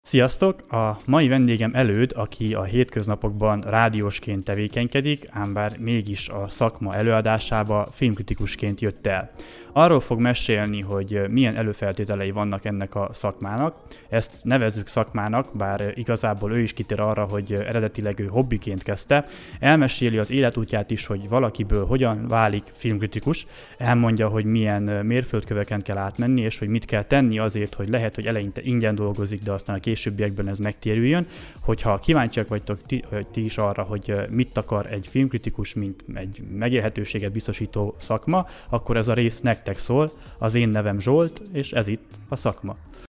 Sziasztok! A mai vendégem Előd, aki a hétköznapokban rádiósként tevékenykedik, ám bár mégis a szakma előadásába filmkritikusként jött el. Arról fog mesélni, hogy milyen előfeltételei vannak ennek a szakmának. Ezt nevezzük szakmának, bár igazából ő is kitér arra, hogy eredetileg ő hobbiként kezdte. Elmeséli az életútját is, hogy valakiből hogyan válik filmkritikus. Elmondja, hogy milyen mérföldköveken kell átmenni, és hogy mit kell tenni azért, hogy lehet, hogy eleinte ingyen dolgozik, de aztán a későbbiekben ez megtérüljön. Hogyha kíváncsiak vagytok ti is arra, hogy mit akar egy filmkritikus, mint egy megélhetőséget biztosító szakma, akkor ez a rész nektek szól. Az én nevem Zsolt, és ez itt a szakma.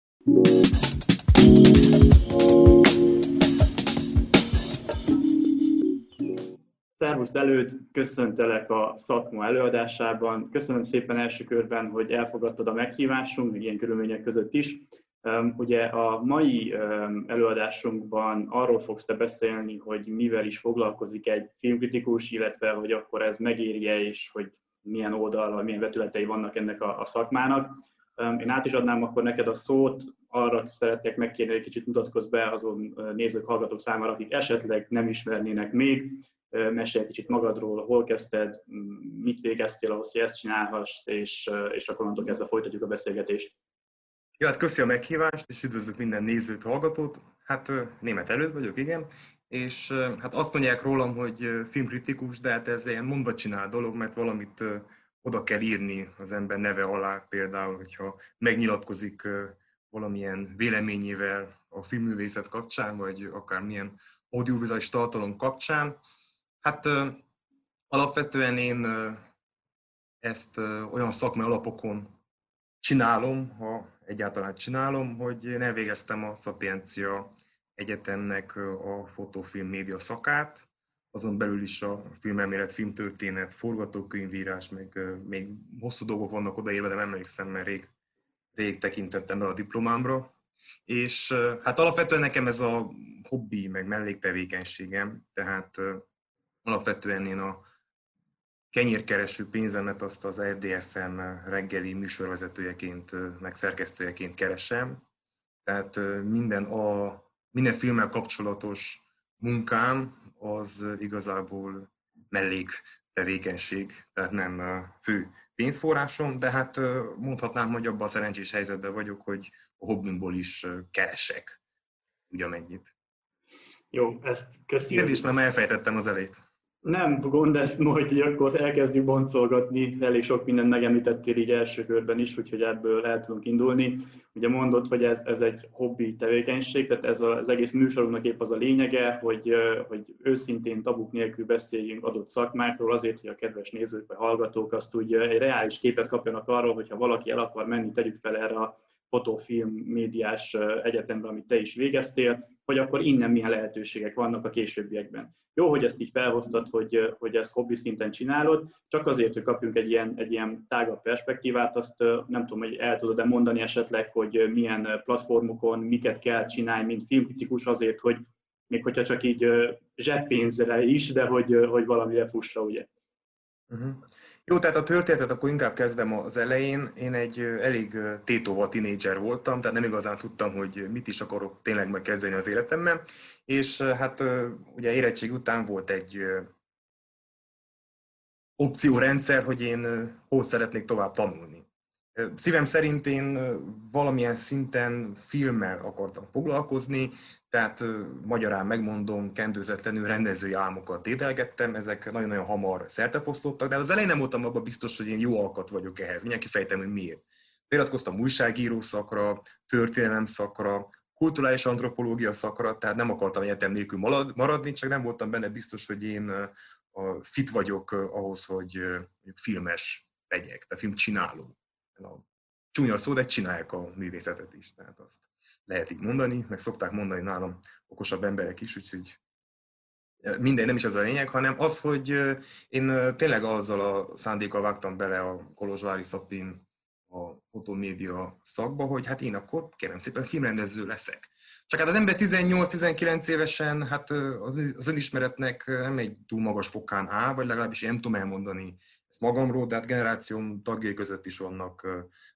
Szervusz Előd, köszöntelek a szakma előadásában. Köszönöm szépen első körben, hogy elfogadtad a meghívásunk, ilyen körülmények között is. Ugye a mai előadásunkban arról fogsz te beszélni, hogy mivel is foglalkozik egy filmkritikus, illetve hogy akkor ez megéri-e, és hogy milyen oldal, milyen vetületei vannak ennek a szakmának. Én át is adnám akkor neked a szót, arra szeretnék megkérni, hogy kicsit mutatkozz be azon nézők, hallgatók számára, akik esetleg nem ismernének még. Mesélj kicsit magadról, hol kezdted, mit végeztél ahhoz, hogy ezt csinálhass, és akkor onnantól kezdve folytatjuk a beszélgetést. Jó, hát köszi a meghívást, és üdvözlök minden nézőt, hallgatót. Hát Németh Előd vagyok, igen, és hát azt mondják rólam, hogy filmkritikus, de hát ez ilyen mondva csinál dolog, mert valamit oda kell írni az ember neve alá, például, hogyha megnyilatkozik valamilyen véleményével a filmművészet kapcsán, vagy akármilyen audiovizuális tartalom kapcsán. Hát alapvetően én ezt olyan szakmai alapokon csinálom, ha egyáltalán csinálom, hogy én elvégeztem a Szapiencia Egyetemnek a fotofilm média szakát, azon belül is a filmelmélet, filmtörténet, forgatókönyvírás, meg még hosszú dolgok vannak odaírva, de nem emlékszem, mert rég tekintettem el a diplomámra. És hát alapvetően nekem ez a hobbi, meg melléktevékenységem, tehát alapvetően én a kenyérkereső pénzemet azt az RDFM reggeli műsorvezetőjeként, meg szerkesztőjeként keresem. Tehát minden filmmel kapcsolatos munkám az igazából melléktevékenység, tehát nem fő pénzforrásom, de hát mondhatnám, hogy abban a szerencsés helyzetben vagyok, hogy a hobbimból is keresek ugyamennyit. Jó, ezt köszönjük. Kérdést már elfejtettem az elejét. Nem gond, ezt majd akkor elkezdjük boncolgatni, elég sok mindent megemlítettél így első körben is, úgyhogy ebből el tudunk indulni. Ugye mondod, hogy ez egy hobbi tevékenység, tehát ez az egész műsorunknak épp az a lényege, hogy őszintén tabuk nélkül beszéljünk adott szakmákról, azért, hogy a kedves nézők vagy hallgatók azt úgy egy reális képet kapjanak arról, hogyha valaki el akar menni, tegyük fel erre a fotofilm médiás egyetemre, amit te is végeztél, hogy akkor innen milyen lehetőségek vannak a későbbiekben. Jó, hogy ezt így felhoztad, hogy ezt hobbi szinten csinálod, csak azért, hogy kapjunk egy ilyen tágabb perspektívát, azt nem tudom, hogy el tudod-e mondani esetleg, hogy milyen platformokon, miket kell csinálni, mint filmkritikus azért, hogy még hogyha csak így zseppénzre is, de hogy valamire fussa, ugye? Uh-huh. Jó, tehát a történetet akkor inkább kezdem az elején. Én egy elég tétova tinédzser voltam, tehát nem igazán tudtam, hogy mit is akarok tényleg majd kezdeni az életemben. És hát ugye érettség után volt egy opciórendszer, hogy én hol szeretnék tovább tanulni. Szívem szerint én valamilyen szinten filmmel akartam foglalkozni, tehát magyarán megmondom, kendőzetlenül rendezői álmokat dédelgettem, ezek nagyon-nagyon hamar szertefoszlottak, de az elején nem voltam abban biztos, hogy én jó alkat vagyok ehhez. Mindjárt kifejtem, hogy miért. Feliratkoztam újságíró szakra, történelem szakra, kulturális antropológia szakra, tehát nem akartam egyetem nélkül maradni, csak nem voltam benne biztos, hogy én fit vagyok ahhoz, hogy filmes legyek, tehát filmcsináló. Csúnya szó, de csinálják a művészetet is, tehát azt lehet így mondani, meg szokták mondani nálam okosabb emberek is, úgyhogy minden nem is ez a lényeg, hanem az, hogy én tényleg azzal a szándékkal vágtam bele a Kolozsvári Szapin a fotomédia szakba, hogy hát én akkor kérem szépen filmrendező leszek. Csak hát az ember 18-19 évesen hát az önismeretnek nem egy túl magas fokán áll, vagy legalábbis én nem tudom elmondani ezt magamról, de hát generációm tagjai között is vannak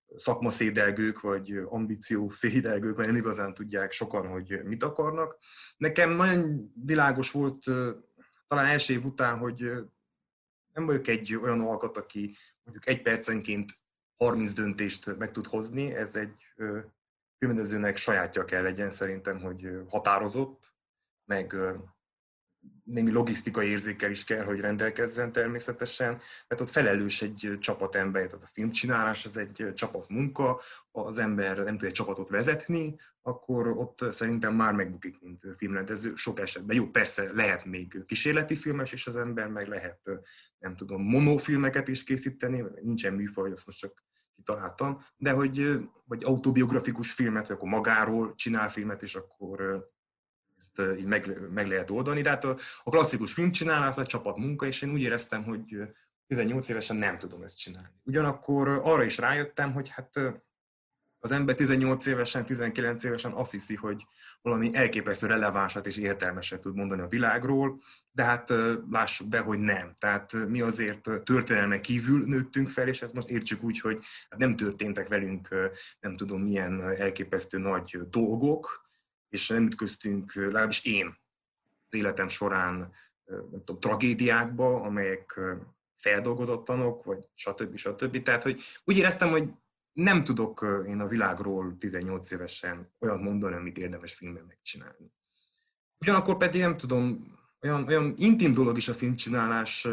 szakmaszédelgők, vagy ambíciószédelgők, mert nem igazán tudják sokan, hogy mit akarnak. Nekem nagyon világos volt talán első év után, hogy nem vagyok egy olyan alkat, aki mondjuk 1 percenként 30 döntést meg tud hozni. Ez egy filmrendezőnek sajátja kell legyen szerintem, hogy határozott, meg némi logisztikai érzékkel is kell, hogy rendelkezzen természetesen, mert ott felelős egy csapatember, tehát a filmcsinálás az egy csapatmunka, az ember nem tud egy csapatot vezetni, akkor ott szerintem már megbukik, mint filmrendező sok esetben. Jó, persze lehet még kísérleti filmes is az ember, meg lehet, nem tudom, monofilmeket is készíteni, nincsen műfaj, azt most csak kitaláltam, de hogy vagy autobiografikus filmet, vagy akkor magáról csinál filmet, és akkor ezt így meg lehet oldani. De hát a klasszikus filmcsinálás egy csapatmunka, és én úgy éreztem, hogy 18 évesen nem tudom ezt csinálni. Ugyanakkor arra is rájöttem, hogy hát az ember 18 évesen, 19 évesen azt hiszi, hogy valami elképesztő relevánsat és értelmeset tud mondani a világról, de hát lássuk be, hogy nem. Tehát mi azért történelmen kívül nőttünk fel, és ezt most értsük úgy, hogy hát nem történtek velünk nem tudom milyen elképesztő nagy dolgok, és nem ütköztünk, legalábbis én az életem során nem tudom, tragédiákba, amelyek feldolgozatlanok, vagy stb. Tehát, hogy úgy éreztem, hogy nem tudok én a világról 18 évesen olyat mondani, amit érdemes filmben megcsinálni. Ugyanakkor pedig nem tudom, olyan intim dolog is a filmcsinálás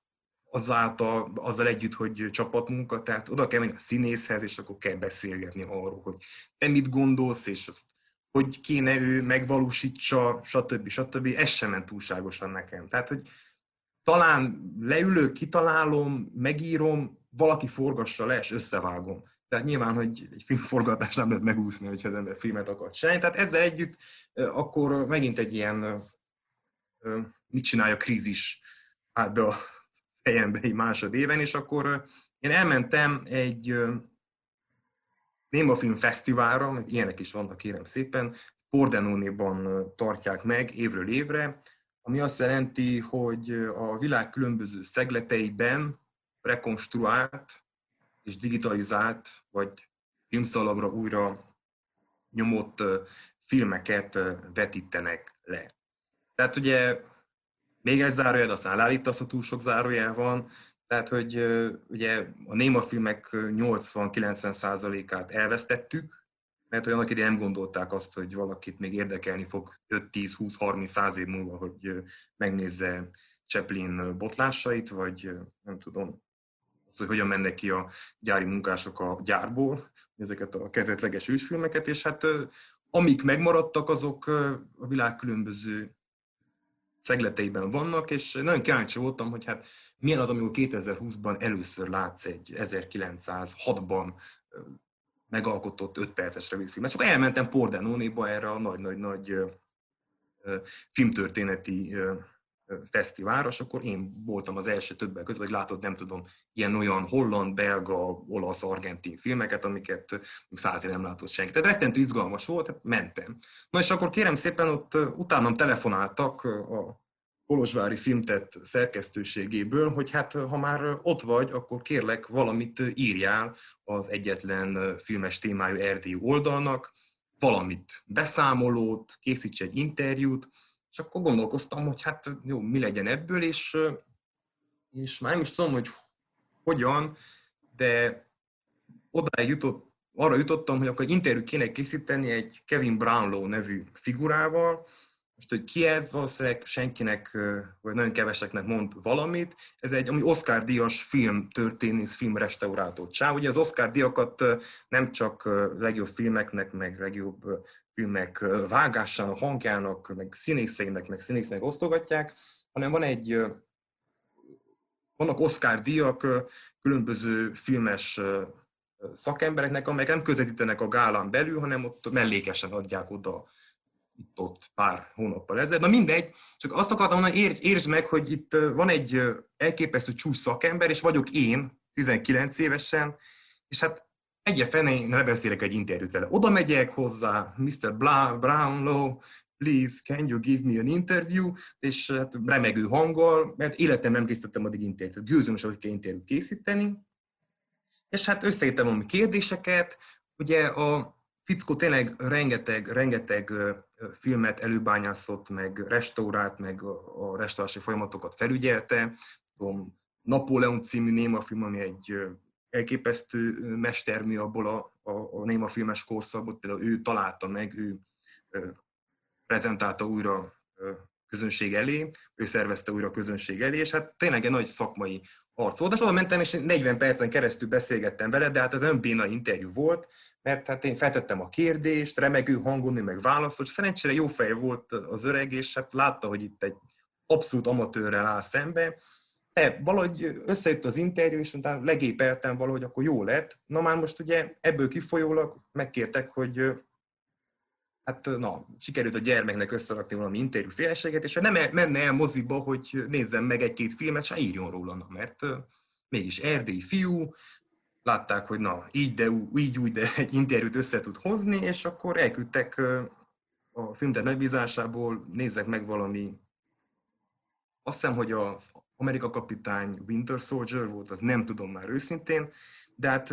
azzal együtt, hogy csapatmunka, tehát oda kell menni a színészhez, és akkor kell beszélgetni arról, hogy te mit gondolsz, és azt hogy kéne ő megvalósítsa, stb. Ez sem ment túlságosan nekem. Tehát, hogy talán leülök, kitalálom, megírom, valaki forgassa le, és összevágom. Tehát nyilván, hogy egy filmforgatást nem lehet megúszni, hogyha az ember filmet akar csinálni. Tehát ezzel együtt akkor megint egy ilyen mit csinálja krízis át be a fejembe egy másodéven, és akkor én elmentem egy Némafilm Fesztiválra, mert ilyenek is vannak, kérem szépen, Pordenone-ban tartják meg évről évre, ami azt jelenti, hogy a világ különböző szegleteiben rekonstruált és digitalizált, vagy filmszalagra újra nyomott filmeket vetítenek le. Tehát ugye még egy zárójel, aztán elállítasz, ha túl sok zárójel van, tehát, hogy ugye a némafilmek 80-90%-át elvesztettük, mert olyanok ide nem gondolták azt, hogy valakit még érdekelni fog 5-10-20-30-100 év múlva, hogy megnézze Chaplin botlásait, vagy nem tudom, az, hogy hogyan mennek ki a gyári munkások a gyárból, ezeket a kezdetleges ősfilmeket, és hát amik megmaradtak, azok a világ különböző szegleteiben vannak, és nagyon kíváncsi voltam, hogy hát milyen az, amikor 2020-ban először látsz egy 1906-ban megalkotott 5 perces rövidfilmet. Csak elmentem Pordenone-ba erre a nagy filmtörténeti fesztiválra, és akkor én voltam az első többek között, hogy látod, nem tudom, ilyen-olyan holland, belga, olasz, argentin filmeket, amiket 100 éve nem látott senki. Tehát rettentő izgalmas volt, tehát mentem. Na és akkor kérem szépen, ott utánam telefonáltak a kolozsvári Filmtett szerkesztőségéből, hogy hát ha már ott vagy, akkor kérlek valamit írjál az egyetlen filmes témájú erdélyi oldalnak, valamit, beszámolót, készíts egy interjút, és akkor gondolkoztam, hogy hát jó, mi legyen ebből, és már nem is tudom, hogy hogyan, de arra jutottam, hogy akkor egy interjút kéne készíteni egy Kevin Brownlow nevű figurával. Most, hogy ki ez, valószínűleg senkinek, vagy nagyon keveseknek mond valamit. Ez egy ami Oscar-díjas filmtörténész, filmrestaurátor csáv. Ugye az Oscar-díjakat nem csak legjobb filmeknek, meg legjobb filmek vágásának, hangjának, meg színészeinek osztogatják, hanem vannak Oscar-díjak különböző filmes szakembereknek, amelyek nem közvetítenek a gálán belül, hanem ott mellékesen adják oda itt-ott pár hónappal ezelőtt. Na mindegy, csak azt akartam mondani, értsd meg, hogy itt van egy elképesztő csúcs szakember, és vagyok én, 19 évesen, és hát egyefene én lebeszélek egy interjút vele. Oda megyek hozzá, Mr. Brownlow, please, can you give me an interview? És hát remegő hanggal, mert életem nem készítettem addig interjút. Gőzöm is, hogy kell interjút készíteni. És hát összeírtam a kérdéseket, ugye a fickó tényleg rengeteg filmet előbányászott, meg restaurált, meg a restaurálási folyamatokat felügyelte. Tudom, Napóleon című némafilm, ami egy elképesztő mestermű abból a némafilmes korszakból, például ő találta meg, ő prezentálta újra közönség elé, ő szervezte újra a közönség elé, és hát tényleg egy nagy szakmai harc volt. És oda mentem, és 40 percen keresztül beszélgettem vele, de hát ez nem béna interjú volt, mert hát én feltettem a kérdést, remegő hangon, meg válaszolt, és szerencsére jó fej volt az öreg, és hát látta, hogy itt egy abszolút amatőrrel áll szembe. De valahogy összejött az interjú, és utána legépeltem valahogy, akkor jó lett. Na már most ugye ebből kifolyólag megkértek, hogy hát na, sikerült a gyermeknek összerakni valami interjú féleséget, és nem menne el moziba, hogy nézzem meg egy-két filmet, és írjon róla, na, mert mégis erdélyi fiú, látták, hogy na, így úgy, de egy interjút össze tud hozni, és akkor elküldtek a filmter megbízásából, nézzek meg valami, azt hiszem, hogy az Amerika kapitány Winter Soldier volt, az nem tudom már őszintén, de hát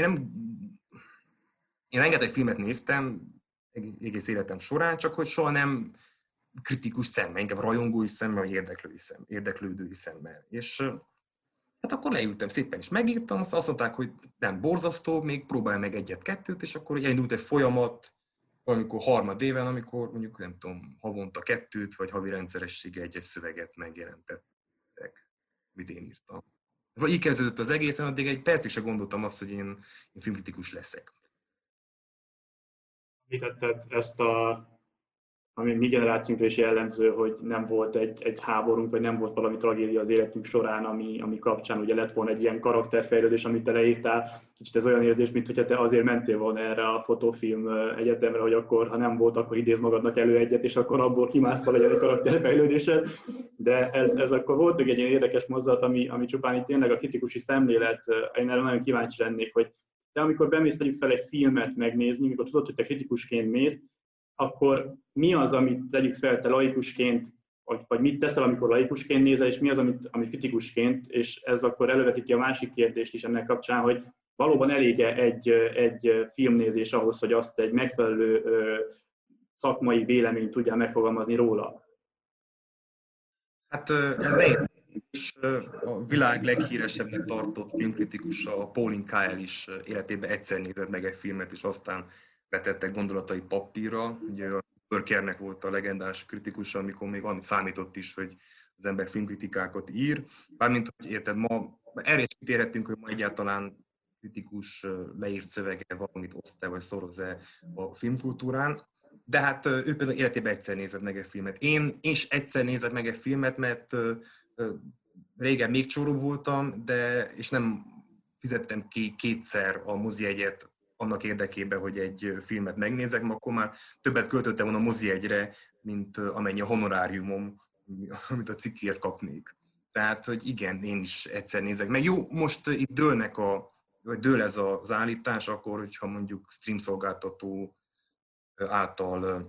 én rengeteg filmet néztem, egész életem során, csak hogy soha nem kritikus szemmel, inkább rajongói szemmel, vagy érdeklődői szemmel. És hát akkor leültem szépen, és megírtam, azt mondták, hogy nem borzasztó, még próbálj meg egyet-kettőt, és akkor elindult egy folyamat, valamikor harmad éven, amikor mondjuk nem tudom, havonta 2 vagy havi rendszeressége egy szöveget megjelentettek, amit én írtam. Vagy így kezdődött az egészen, addig egy percig sem gondoltam azt, hogy én filmkritikus leszek. Említetted ezt ami mi generációnkra is jellemző, hogy nem volt egy háborunk, vagy nem volt valami tragédia az életünk során, ami kapcsán ugye lett volna egy ilyen karakterfejlődés, amit te leírtál. Kicsit ez olyan érzés, mintha te azért mentél volna erre a fotófilm egyetemre, hogy akkor, ha nem volt, akkor idéz magadnak elő egyet, és akkor abból kimászva legyen egy karakterfejlődésed. De ez akkor volt egy ilyen érdekes mozzat, ami csupán itt tényleg a kritikusi szemlélet. Én erre nagyon kíváncsi lennék, hogy te amikor bemész fel egy filmet megnézni, mikor tudod, hogy te kritikusként mész, akkor mi az, amit tegyük fel te laikusként, vagy mit teszel, amikor laikusként nézel, és mi az, amit kritikusként, és ez akkor elővetíti a másik kérdést is ennek kapcsán, hogy valóban elég-e egy filmnézés ahhoz, hogy azt egy megfelelő szakmai véleményt tudjál megfogalmazni róla? Hát ez nehéz. És a világ leghíresebbnek tartott filmkritikusa, a Pauline Kael is életében egyszer nézett meg egy filmet, és aztán vetette gondolatait papírra. Ugye a Burkernek volt a legendás kritikusa, amikor még valamit számított is, hogy az ember filmkritikákat ír. Bármint, hogy érted, ma erre is kitérhetünk, hogy ma egyáltalán kritikus leírt szövege valamit oszt-e vagy szoroz-e a filmkultúrán. De hát ő például életében egyszer nézett meg egy filmet. Én is egyszer nézett meg egy filmet, mert régen még csóró voltam, és nem fizettem ki 2-szer a mozijegyet annak érdekében, hogy egy filmet megnézek, mert akkor már többet költöttem volna a mozijegyre, mint amennyi a honoráriumom, amit a cikkért kapnék. Tehát, hogy igen, én is egyszer nézek meg. Jó, most itt dől ez az állítás, akkor, hogyha mondjuk stream szolgáltató által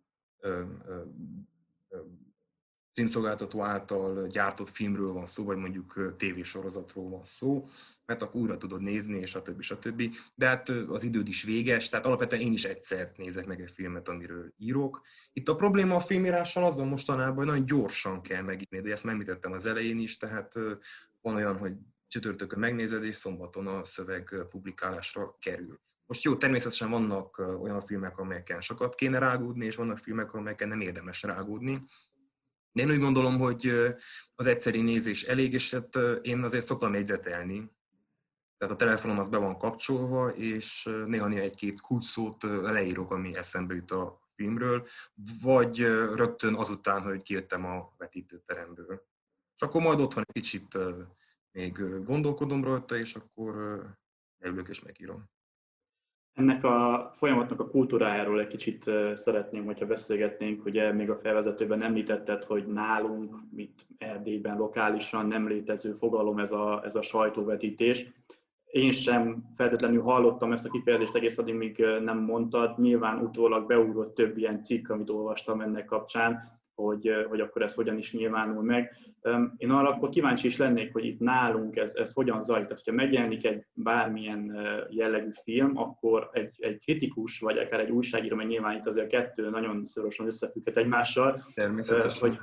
gyártott filmről van szó, vagy mondjuk tévésorozatról van szó, mert akkor újra tudod nézni, és stb. De hát az időd is véges, tehát alapvetően én is egyszer nézek meg egy filmet, amiről írok. Itt a probléma a filmírással az van mostanában, hogy nagyon gyorsan kell megírni, de ezt megemlítettem az elején is, tehát van olyan, hogy csütörtökön megnézed, és szombaton a szöveg publikálásra kerül. Most jó, természetesen vannak olyan filmek, amelyeken sokat kéne rágódni, és vannak filmek, amelyeken nem érdemes rágódni. De én úgy gondolom, hogy az egyszeri nézés elég, és hát én azért szoktam jegyzetelni. Tehát a telefonom az be van kapcsolva, és néha egy-két kulcsszót leírok, ami eszembe jut a filmről, vagy rögtön azután, hogy kijöttem a vetítőteremből. És akkor majd otthon egy kicsit még gondolkodom rajta, és akkor leülök és megírom. Ennek a folyamatnak a kultúrájáról egy kicsit szeretném, hogyha beszélgetnénk. Ugye még a felvezetőben említetted, hogy nálunk, mint Erdélyben lokálisan nem létező fogalom ez a sajtóvetítés. Én sem feltétlenül hallottam ezt a kifejezést egész addig, míg nem mondtad. Nyilván utólag beugrott több ilyen cikk, amit olvastam ennek kapcsán. hogy akkor ez hogyan is nyilvánul meg. Én arra akkor kíváncsi is lennék, hogy itt nálunk ez hogyan zajlik. Tehát, hogyha megjelenik egy bármilyen jellegű film, akkor egy kritikus, vagy akár egy újságíró, mert nyilván itt azért a kettő nagyon szorosan összefügghet egymással, hogy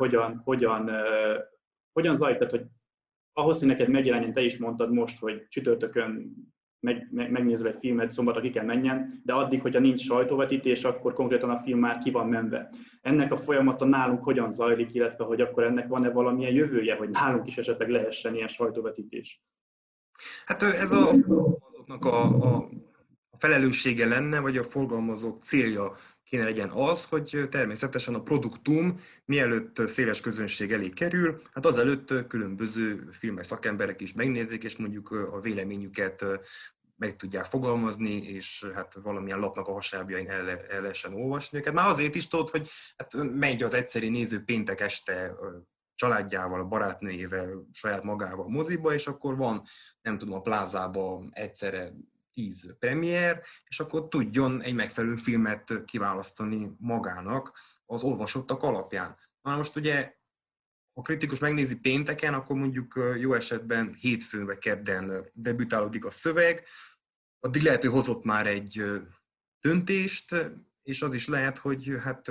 hogyan zajlik. Tehát, hogy ahhoz, hogy neked megjelenjen, te is mondtad most, hogy csütörtökön megnézel egy filmet, szombatra ki kell menjen, de addig, hogyha nincs sajtóvetítés, akkor konkrétan a film már ki van menve. Ennek a folyamata nálunk hogyan zajlik, illetve hogy akkor ennek van-e valamilyen jövője, hogy nálunk is esetleg lehessen ilyen sajtóvetítés? Hát ez azoknak a felelőssége lenne, vagy a forgalmazók célja kéne legyen az, hogy természetesen a produktum mielőtt széles közönség elé kerül, hát azelőtt különböző filmes szakemberek is megnézik, és mondjuk a véleményüket meg tudják fogalmazni, és hát valamilyen lapnak a hasábjain el lehessen olvasni őket. Már azért is tudod, hogy hát megy az egyszeri néző péntek este családjával, a barátnőjével, saját magával moziba, és akkor van, nem tudom, a plázában egyszerre 10 premier, és akkor tudjon egy megfelelő filmet kiválasztani magának az olvasottak alapján. Na most ugye, ha kritikus megnézi pénteken, akkor mondjuk jó esetben hétfőn vagy kedden debütálódik a szöveg, addig lehet, hogy hozott már egy döntést, és az is lehet, hogy hát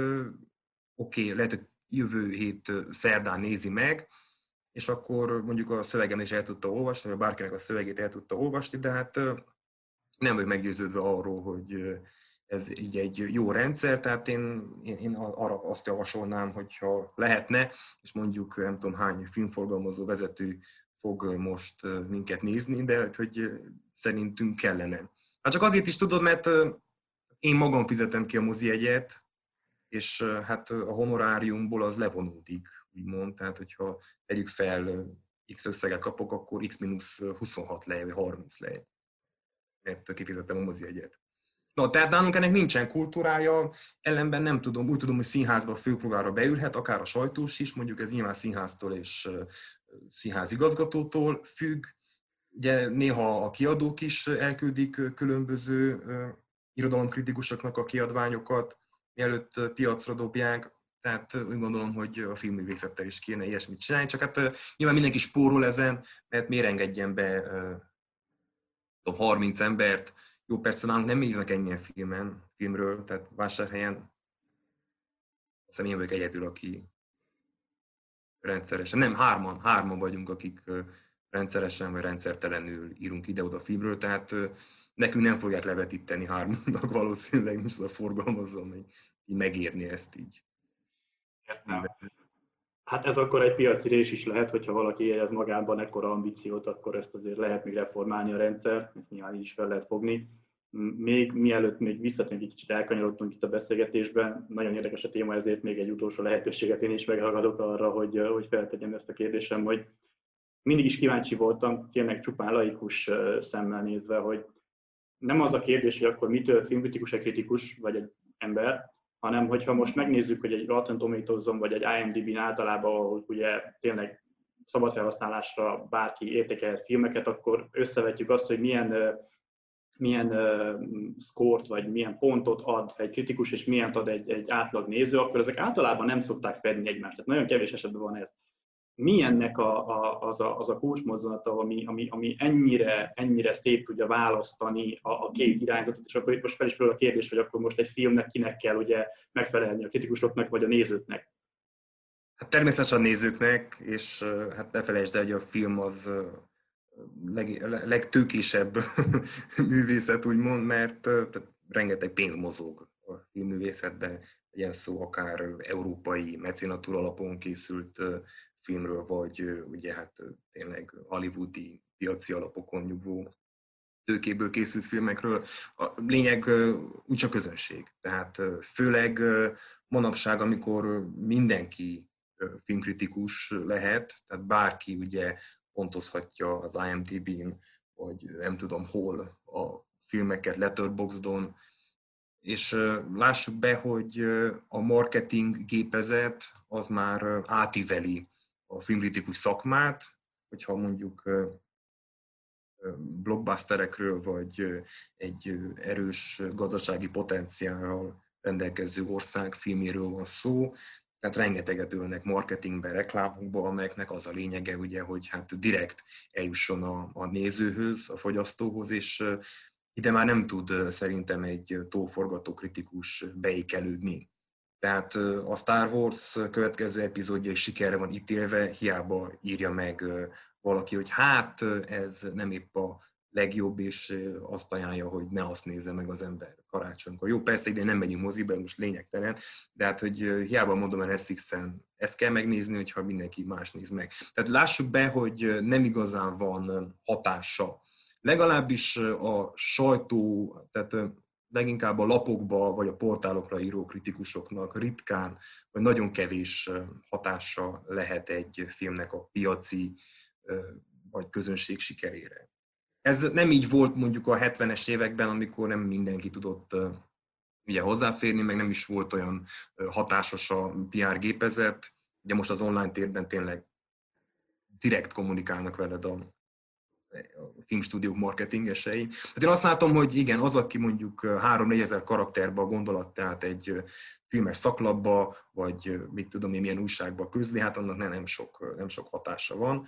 oké, lehet, hogy jövő hét szerdán nézi meg, és akkor mondjuk a szövegem is el tudta olvasni, vagy bárkinek a szövegét el tudta olvasni, de hát nem vagyok meggyőződve arról, hogy ez így egy jó rendszer, tehát én arra azt javasolnám, hogyha lehetne, és mondjuk nem tudom hány filmforgalmazó vezető fog most minket nézni, de hogy szerintünk kellene. Hát csak azért is tudod, mert én magam fizetem ki a mozijegyet, és hát a honoráriumból az levonódik, úgymond, tehát hogyha tegyük fel X összeget kapok, akkor X-26 lej, vagy 30 lej, mert kifizettem a mozijegyet. No, tehát nálunk ennek nincsen kultúrája, ellenben nem tudom, úgy tudom, hogy színházba főpróbára beülhet, akár a sajtós is, mondjuk ez nyilván színháztól és színházigazgatótól függ. Ugye néha a kiadók is elküldik különböző irodalomkritikusoknak a kiadványokat, mielőtt piacra dobják, tehát úgy gondolom, hogy a filmművészettel is kéne ilyesmit csinálni, csak hát nyilván mindenki spórol ezen, mert miért engedjen be 30 embert. Jó, persze nálunk nem írnak ennyien filmről, tehát Vásárhelyen azt én vagyok egyedül, aki rendszeresen, nem, hárman vagyunk, akik rendszeresen vagy rendszertelenül írunk ide-oda filmről, tehát nekünk nem fogják levetíteni hármannak valószínűleg, nincs az a forgalmazom, hogy így megírni ezt így. Értem. Hát ez akkor egy piaci rés is lehet, hogyha valaki érez magában ekkora ambíciót, akkor ezt azért lehet még reformálni a rendszer, ezt nyilván így is fel lehet fogni. Még mielőtt visszatérünk, egy kicsit elkanyarodtunk itt a beszélgetésben, nagyon érdekes a téma, ezért még egy utolsó lehetőséget én is megragadok arra, hogy feltegyem ezt a kérdésem, hogy mindig is kíváncsi voltam, tényleg csupán laikus szemmel nézve, hogy nem az a kérdés, hogy akkor mitől filmkritikus egy kritikus, vagy egy ember, hanem hogyha most megnézzük, hogy egy Rotten Tomatoes-on vagy egy IMDb-n általában, ahol ugye tényleg szabad felhasználásra bárki értékelhet filmeket, akkor összevetjük azt, hogy milyen szkórt vagy milyen pontot ad egy kritikus, és milyen ad egy átlag néző, akkor ezek általában nem szokták fedni egymást. Tehát nagyon kevés esetben van ez. Mi ennek az a kulcsmozzanata, ami ennyire szét tudja választani a két irányzatot, és akkor itt most fel is a kérdés, hogy akkor most egy filmnek kinek kell ugye megfelelni, a kritikusoknak vagy a nézőknek? Hát természetesen a nézőknek, és hát ne felejtsd el, hogy a film az legtőkésebb művészet, úgymond, mert rengeteg pénz mozog a filmművészetben, legyen szó akár európai mecenatúra alapon készült filmről, vagy ugye hát tényleg hollywoodi piaci alapokon nyugvó tőkéből készült filmekről. A lényeg úgy a közönség. Tehát főleg manapság, amikor mindenki filmkritikus lehet, tehát bárki ugye pontozhatja az IMDb-n, vagy nem tudom hol a filmeket Letterboxdon, és lássuk be, hogy a marketing gépezet az már átíveli a filmkritikus szakmát, hogyha mondjuk blockbusterekről, vagy egy erős gazdasági potenciállal rendelkező ország filméről van szó. Tehát rengeteget ülnek marketingbe, reklámokba, amelyeknek az a lényege, ugye, hogy hát direkt eljusson a nézőhöz, a fogyasztóhoz, és ide már nem tud szerintem egy tóforgató kritikus beékelődni. Tehát a Star Wars következő epizódja is sikerre van ítélve, hiába írja meg valaki, hogy hát ez nem épp a legjobb, és azt ajánlja, hogy ne azt nézze meg az ember karácsonykor. Jó, persze ide nem megyünk moziba, most lényegtelen, de hát, hogy hiába mondom a Netflixen, ezt kell megnézni, hogyha mindenki más néz meg. Tehát lássuk be, hogy nem igazán van hatása. Legalábbis a sajtó, tehát leginkább a lapokba vagy a portálokra író kritikusoknak ritkán, vagy nagyon kevés hatása lehet egy filmnek a piaci vagy közönség sikerére. Ez nem így volt mondjuk a 70-es években, amikor nem mindenki tudott ugye hozzáférni, meg nem is volt olyan hatásos a PR gépezet. Ugye most az online térben tényleg direkt kommunikálnak veled a filmstúdiók marketingesei. Hát én azt látom, hogy igen, az, aki mondjuk 3-4 ezer karakterbe a gondolat, tehát egy filmes szaklapba, vagy mit tudom én, milyen újságba közli, hát annak nem sok hatása van.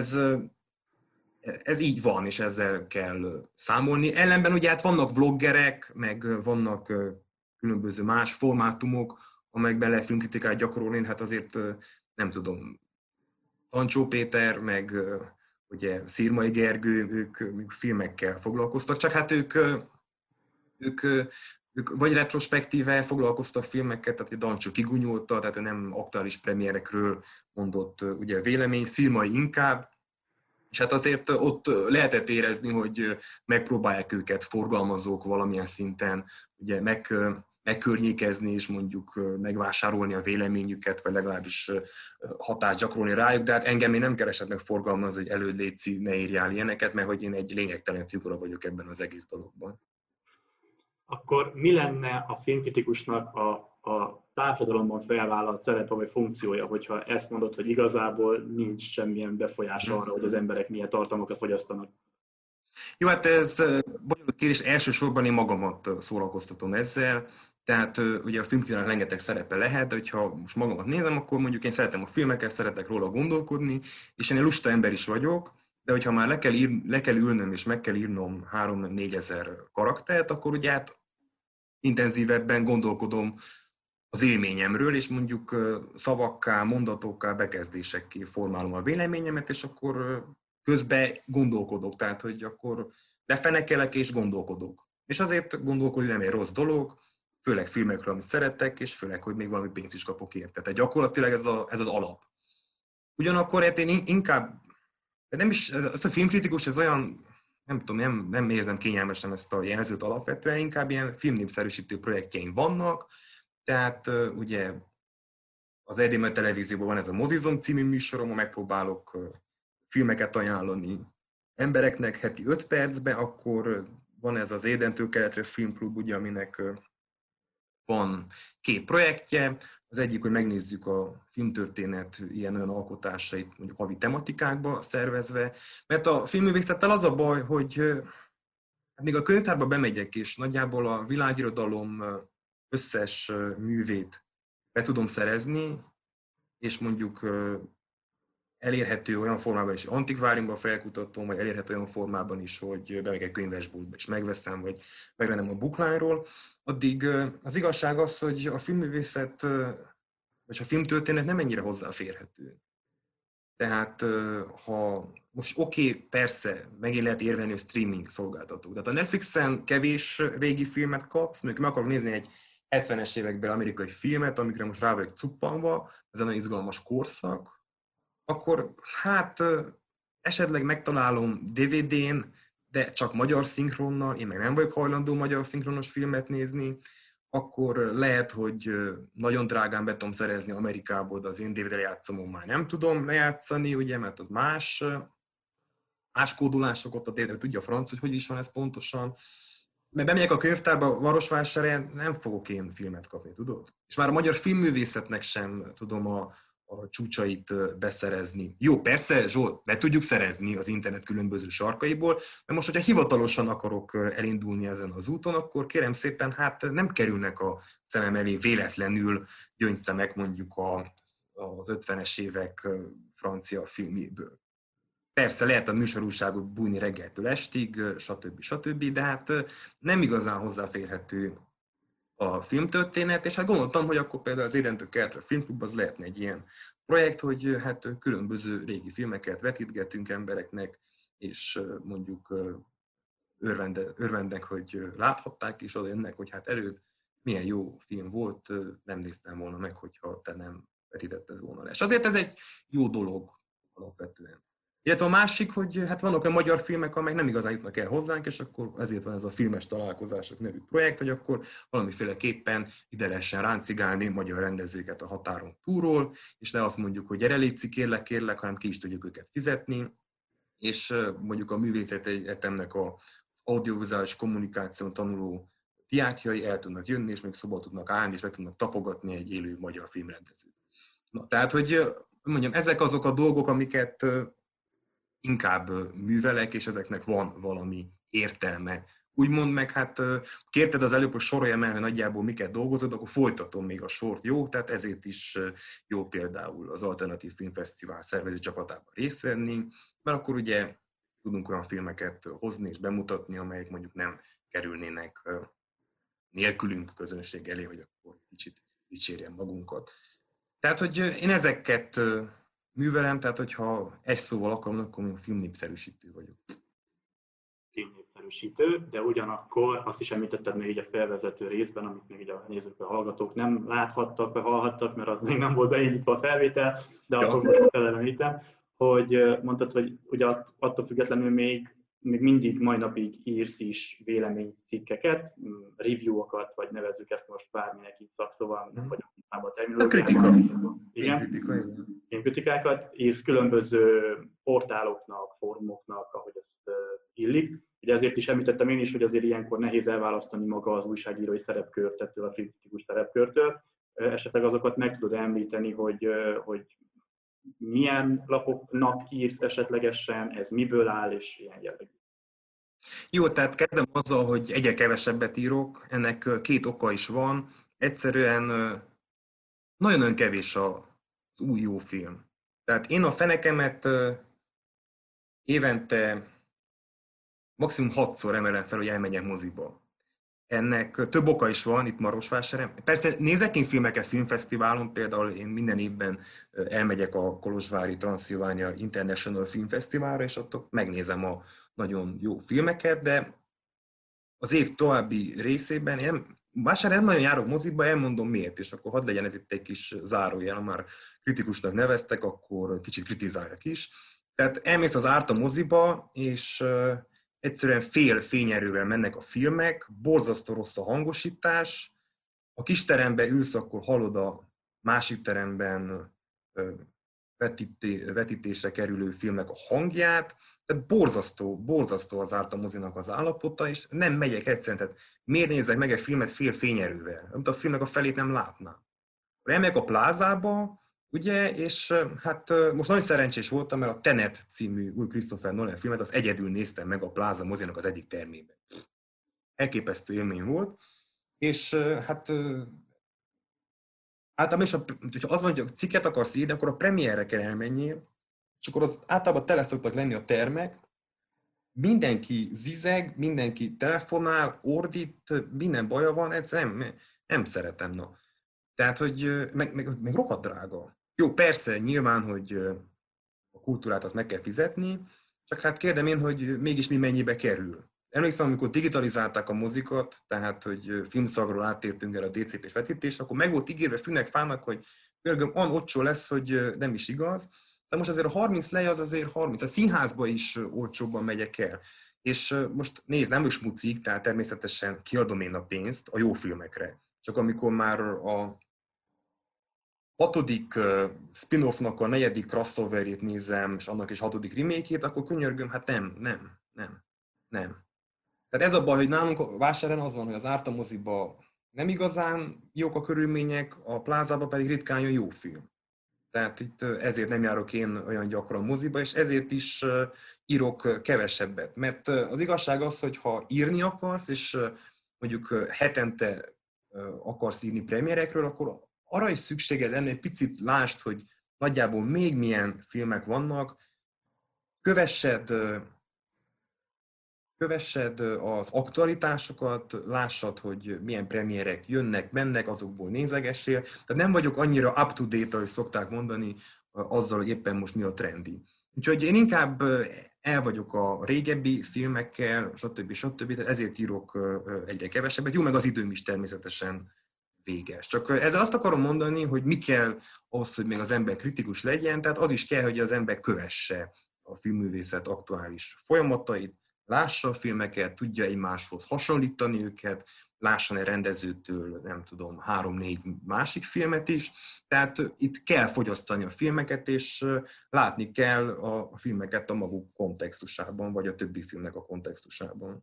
Ez így van, és ezzel kell számolni. Ellenben ugye hát vannak vloggerek, meg vannak különböző más formátumok, amelyekben lehet filmkritikát gyakorolni, hát azért nem tudom, Tancsó Péter, meg ugye Szirmai Gergő, ők filmekkel foglalkoztak, csak hát ők vagy retrospektíve foglalkoztak filmekkel, tehát Dancsó kigunyolta, tehát ő nem aktuális premierekről mondott ugye vélemény, Szirmai inkább, és hát azért ott lehetett érezni, hogy megpróbálják őket forgalmazók valamilyen szinten ugye megkörnyékezni és mondjuk megvásárolni a véleményüket, vagy legalábbis hatást gyakorolni rájuk, de hát engem még nem keresett meg forgalmazni, hogy előd létszi, ne írjál ilyeneket, mert hogy én egy lényegtelen figura vagyok ebben az egész dologban. Akkor mi lenne a filmkritikusnak a társadalomban felvállalt szerepe vagy funkciója, hogyha ezt mondod, hogy igazából nincs semmilyen befolyása arra, hogy az emberek milyen tartalmakat fogyasztanak? Jó, hát ez bonyolult kérdés, elsősorban én magamat szórakoztatom ezzel, tehát ugye a filmkritikának rengeteg szerepe lehet, de hogyha most magamat nézem, akkor mondjuk én szeretem a filmeket, szeretek róla gondolkodni, és én egy lusta ember is vagyok, de hogyha már le kell ülnöm és meg kell írnom 3-4 ezer karaktert, akkor ugye hát intenzívebben gondolkodom az élményemről, és mondjuk szavakká, mondatokká, bekezdésekké formálom a véleményemet, és akkor közben gondolkodok, tehát hogy akkor lefenekelek és gondolkodok. És azért gondolkodni nem egy rossz dolog, főleg filmekről, amit szeretek, és főleg, hogy még valami pénzt is kapok érte. Tehát gyakorlatilag ez az alap. Ugyanakkor hát én inkább, nem is, ez a filmkritikus, ez olyan, nem tudom, nem érzem kényelmesen ezt a jelzőt alapvetően, inkább ilyen filmnépszerűsítő projektjeim vannak, tehát ugye az EDM televízióban van ez a Mozizom című műsorom, ahol megpróbálok filmeket ajánlani embereknek heti 5 percben, akkor van ez az Édentől keletre filmklub, ugye, aminek van 2 projektje. Az egyik, hogy megnézzük a filmtörténet ilyen-olyan alkotásait, mondjuk havi tematikákba szervezve, mert a filmművészettel az a baj, hogy még a könyvtárba bemegyek, és nagyjából a világirodalom összes művét be tudom szerezni, és mondjuk elérhető olyan formában is, antikváriumban felkutatom, vagy elérhető olyan formában is, hogy bemegyek könyvesboltba és megveszem, vagy megrendelem a Booklányról, addig az igazság az, hogy a filmművészet, vagy a filmtörténet nem ennyire hozzáférhető. Tehát ha most persze, megint lehet érvelni, hogy streaming szolgáltató. Tehát a Netflixen kevés régi filmet kapsz, mondjuk meg akarok nézni egy 70-es években amerikai filmet, amikre most rá vagyok cuppanva, ez egy nagyon izgalmas korszak, akkor hát esetleg megtalálom DVD-n, de csak magyar szinkronnal, én meg nem vagyok hajlandó magyar szinkronos filmet nézni, akkor lehet, hogy nagyon drágán be tudom szerezni Amerikából, de az én DVD lejátszomon már nem tudom lejátszani, ugye, mert az más kódulások ott a DVD, tudja a franc, hogy is van ez pontosan. Mert bemegyek a könyvtárba, Marosvásárhelyen, nem fogok én filmet kapni, tudod? És már a magyar filmművészetnek sem tudom a a csúcsait beszerezni. Jó, persze, Zsolt, be tudjuk szerezni az internet különböző sarkaiból, de most, hogyha hivatalosan akarok elindulni ezen az úton, akkor kérem szépen, hát nem kerülnek a szemem elé véletlenül gyöngyszemek mondjuk az 50-es évek francia filmjéből. Persze lehet a műsorúságot bújni reggeltől estig, stb. De hát nem igazán hozzáférhető a filmtörténet, és hát gondoltam, hogy akkor például az Édentől Keletre Filmklub az lehetne egy ilyen projekt, hogy hát különböző régi filmeket vetítgetünk embereknek, és mondjuk örvendek, hogy láthatták, és oda jönnek, hogy hát előtt milyen jó film volt, nem néztem volna meg, hogyha te nem vetítetted volna le. És azért ez egy jó dolog alapvetően. Illetve a másik, hogy hát vannak olyan magyar filmek, amelyek nem igazán jutnak el hozzánk, és akkor ezért van ez a Filmes Találkozások nevű projekt, hogy akkor valamiféleképpen ide lehessen ráncigálni magyar rendezőket a határon túlról, és ne azt mondjuk, hogy gyere létszik, kérlek, hanem ki is tudjuk őket fizetni, és mondjuk a művészeti egyetemnek az audiovizuális kommunikáción tanuló diákjai el tudnak jönni, és még szoba tudnak állni, és meg tudnak tapogatni egy élő magyar filmrendezőt. Na, tehát, hogy mondjam, ezek azok a dolgok, amiket inkább művelek, és ezeknek van valami értelme. Úgymond meg, hát kérted az előbb, hogy soroljam el, hogy nagyjából miket dolgozod, akkor folytatom még a sort, jó? Tehát ezért is jó például az Alternatív Filmfesztivál szervező csapatában részt venni, mert akkor ugye tudunk olyan filmeket hozni és bemutatni, amelyek mondjuk nem kerülnének nélkülünk közönség elé, hogy akkor kicsit dicsérjem magunkat. Tehát, hogy én ezeket művelem, tehát hogyha egy szóval akarom, akkor én filmnépszerűsítő vagyok. Filmnépszerűsítő, de ugyanakkor azt is említetted még így a felvezető részben, amit még így a nézők, a hallgatók nem láthattak, vagy hallhattak, mert az még nem volt beindítva a felvétel, de akkor most felemlítem, hogy mondtad, hogy ugye attól függetlenül még mindig mai napig írsz is véleménycikkeket, review-okat, vagy nevezzük ezt most bárminek így szakszóval, nem vagyok tisztában a terminológiában. Igen. Filmkritikákat írsz különböző portáloknak, fórumoknak, ahogy ezt illik. Ugye ezért is említettem én is, hogy azért ilyenkor nehéz elválasztani maga az újságírói szerepkört ettől a filmkritikus szerepkörtől. Esetleg azokat meg tudod említeni, hogy milyen lapoknak írsz esetlegesen, ez miből áll, és ilyen jellegű. Jó, tehát kezdem azzal, hogy egyre kevesebbet írok. Ennek két oka is van. Egyszerűen nagyon kevés az új jó film. Tehát én a fenekemet évente maximum 6-szor emelem fel, hogy elmegyek moziba. Ennek több oka is van itt Marosvásáron. Persze nézek én filmeket filmfesztiválon, például én minden évben elmegyek a Kolozsvári Transylvania International Filmfesztiválra, és ott megnézem a nagyon jó filmeket, de az év további részében én vásárhelyen nem nagyon járok moziba, elmondom miért, és akkor hadd legyen ez itt egy kis zárójel, ha már kritikusnak neveztek, akkor kicsit kritizáljak is. Tehát elmész az árt a moziba, és egyszerűen fél fényerővel mennek a filmek, borzasztó rossz a hangosítás, a kis teremben ülsz, akkor hallod a másik teremben vetítésre kerülő filmnek a hangját, tehát borzasztó az árt a mozinak az állapota, és nem megyek egyszerűen, tehát miért nézzek meg egy filmet fél fényerővel, amit a filmnek a felét nem látnám. Elmegyek a plázába, ugye, és hát most nagyon szerencsés voltam, mert a Tenet című új Christopher Nolan filmet az egyedül néztem meg a pláza mozinak az egyik termében. Elképesztő élmény volt, és hát általában is, hogyha az van, hogy a cikket akarsz írni, akkor a premierre kell elmenjél, és akkor az általában tele szoktak lenni a termek, mindenki zizeg, mindenki telefonál, ordít, minden baja van, egyszerűen nem szeretem, na. Tehát, hogy meg rohadt drága. Jó, persze, nyilván, hogy a kultúrát azt meg kell fizetni, csak hát kérdem én, hogy mégis mi mennyibe kerül. Emlékszem, amikor digitalizálták a mozikat, tehát, hogy filmszagról áttértünk el a DCP-s vetítésre, akkor meg volt ígérve fűnek fának, hogy görgöm, olcsó lesz, hogy nem is igaz. De most azért a 30 lej az azért 30. A színházba is olcsóbban megyek el. És most nézd, nem is mucik, tehát természetesen kiadom én a pénzt a jó filmekre. Csak amikor már a 6. spin-offnak a 4. crossoverét nézem, és annak is 6. remake-ét, akkor könyörgöm, hát nem. Tehát ez a baj, hogy nálunk a Vásárhelyen az van, hogy az Árta moziba nem igazán jók a körülmények, a plázában pedig ritkán jön jó film. Tehát itt ezért nem járok én olyan gyakran moziba, és ezért is írok kevesebbet. Mert az igazság az, hogy ha írni akarsz, és mondjuk hetente akarsz írni premierekről, akkor arra is szükséged lenne egy picit lásd, hogy nagyjából még milyen filmek vannak, kövessed az aktualitásokat, lássad, hogy milyen premierek jönnek, mennek, azokból nézegessél. Tehát nem vagyok annyira up-to-date, ahogy szokták mondani, azzal, hogy éppen most mi a trendi. Úgyhogy én inkább el vagyok a régebbi filmekkel, stb. Tehát ezért írok egyre kevesebbet. Jó, meg az időm is természetesen véges. Csak ezzel azt akarom mondani, hogy mi kell ahhoz, hogy még az ember kritikus legyen, tehát az is kell, hogy az ember kövesse a filmművészet aktuális folyamatait, lássa a filmeket, tudja egymáshoz hasonlítani őket, lásson egy rendezőtől, nem tudom, 3-4 másik filmet is. Tehát itt kell fogyasztani a filmeket, és látni kell a filmeket a maguk kontextusában, vagy a többi filmnek a kontextusában.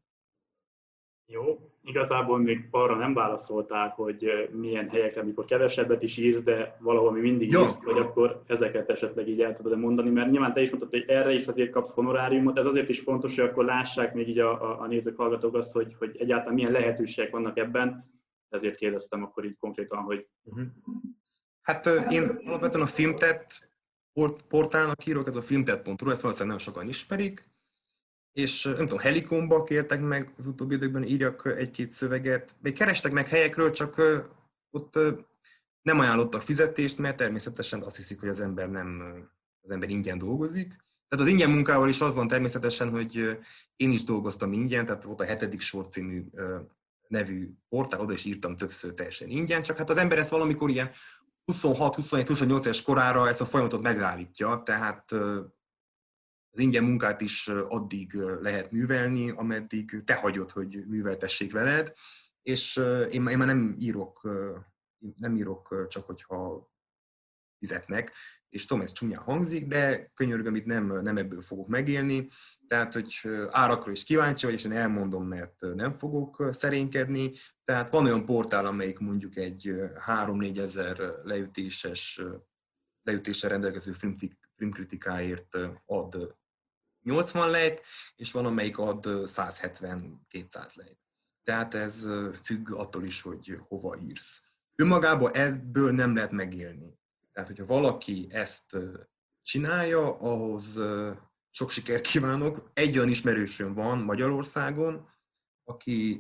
Jó, igazából még arra nem válaszoltál, hogy milyen helyekre, amikor kevesebbet is írsz, de valahol mi mindig írsz, vagy akkor ezeket esetleg így el tudod mondani, mert nyilván te is mondtad, hogy erre is azért kapsz honoráriumot, ez azért is fontos, hogy akkor lássák még így a nézők, hallgatók azt, hogy egyáltalán milyen lehetőségek vannak ebben, ezért kérdeztem akkor így konkrétan, hogy... Hát én alapvetően a Filmtet portálnak írok, ez a filmtet.ru, ezt valószínűleg nagyon sokan ismerik, és nem tudom, Helicomba kértek meg az utóbbi időkben írjak egy-két szöveget. Még kerestek meg helyekről, csak ott nem ajánlottak fizetést, mert természetesen azt hiszik, hogy az ember ingyen dolgozik. Tehát az ingyen munkával is az van természetesen, hogy én is dolgoztam ingyen, tehát volt a 7. sor című nevű portál, oda is írtam többször teljesen ingyen, csak hát az ember ezt valamikor ilyen 26, 27, 28 éves korára ezt a folyamatot megállítja, tehát az ingyen munkát is addig lehet művelni, ameddig te hagyod, hogy műveltessék veled, és én már nem írok csak, hogyha fizetnek, és tudom, ez csúnyán hangzik, de könyörgöm, itt nem ebből fogok megélni, tehát, hogy árakra is kíváncsi vagy, és én elmondom, mert nem fogok szerénykedni, tehát van olyan portál, amelyik mondjuk egy 3-4 ezer leütéssel rendelkező filmkritikáért ad 80 lejt, és van, amelyik ad 170-200 lejt. Tehát ez függ attól is, hogy hova írsz. Önmagában ebből nem lehet megélni. Tehát, hogyha valaki ezt csinálja, ahhoz sok sikert kívánok. Egy olyan ismerősöm van Magyarországon, aki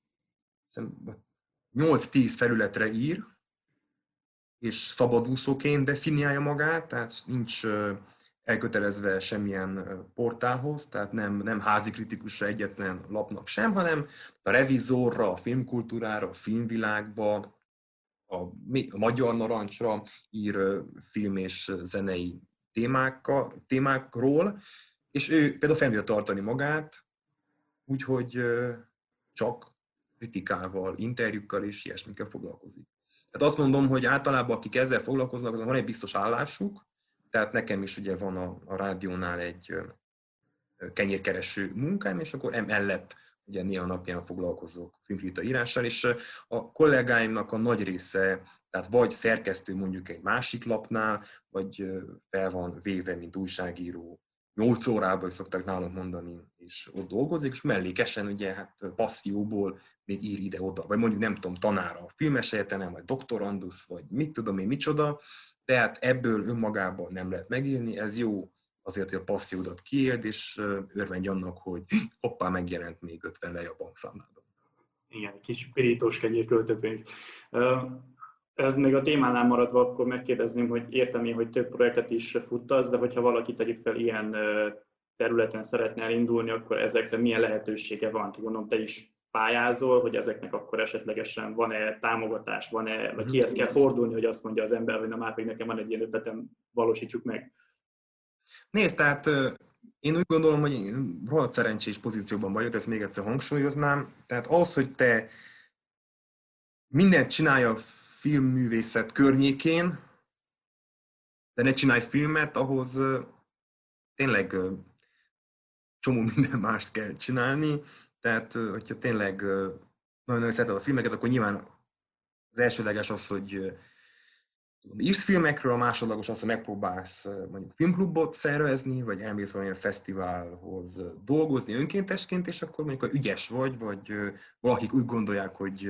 8-10 felületre ír, és szabadúszóként definiálja magát, tehát nincs elkötelezve semmilyen portálhoz, tehát nem házi kritikusra egyetlen lapnak sem, hanem a Revizorra, a filmkultúrára, a filmvilágba, a Magyar Narancsra ír film és zenei témákról, és ő például fenn tudja tartani magát, úgyhogy csak kritikával, interjúkkal és ilyesmikkel foglalkozik. Tehát azt mondom, hogy általában akik ezzel foglalkoznak, azon van egy biztos állásuk, tehát nekem is ugye van a rádiónál egy kenyérkereső munkám, és akkor emellett ugye néha napján foglalkozok filmkritika írással, és a kollégáimnak a nagy része, tehát vagy szerkesztő mondjuk egy másik lapnál, vagy fel van véve, mint újságíró 8 órában, hogy szokták nálunk mondani, és ott dolgozik, és mellékesen ugye hát passzióból még ír ide-oda, vagy mondjuk nem tudom, tanára a filmes egyetemen, vagy doktorandusz, vagy mit tudom én micsoda, tehát ebből önmagában nem lehet megírni, ez jó azért, hogy a passziódat kiérd, és örvendj annak, hogy hoppá, megjelent még 50 lej a bankszámládon. Igen, kis pirítós kenyér költőpénz. Ez még a témánál maradva, akkor megkérdezném, hogy értem én, hogy több projektet is futtasz, de hogyha valaki tegyük fel ilyen területen szeretne elindulni, akkor ezekre milyen lehetősége van? Gondolom, te is pályázol, hogy ezeknek akkor esetlegesen van-e támogatás, van-e, vagy kihez kell fordulni, hogy azt mondja az ember, hogy na már pedig nekem van egy ilyen ötletem, valósítsuk meg. Nézd, tehát én úgy gondolom, hogy én rohadt szerencsés pozícióban vagyok, ezt még egyszer hangsúlyoznám. Tehát az, hogy te mindent csinálj a filmművészet környékén, de ne csinálj filmet, ahhoz tényleg csomó minden mást kell csinálni. Tehát, hogyha tényleg nagyon-nagyon szereted a filmeket, akkor nyilván az elsődleges az, hogy írsz filmekről, a másodlagos az, hogy megpróbálsz mondjuk filmklubot szervezni, vagy elmész valamilyen fesztiválhoz dolgozni önkéntesként, és akkor mondjuk, ha ügyes vagy valakik úgy gondolják, hogy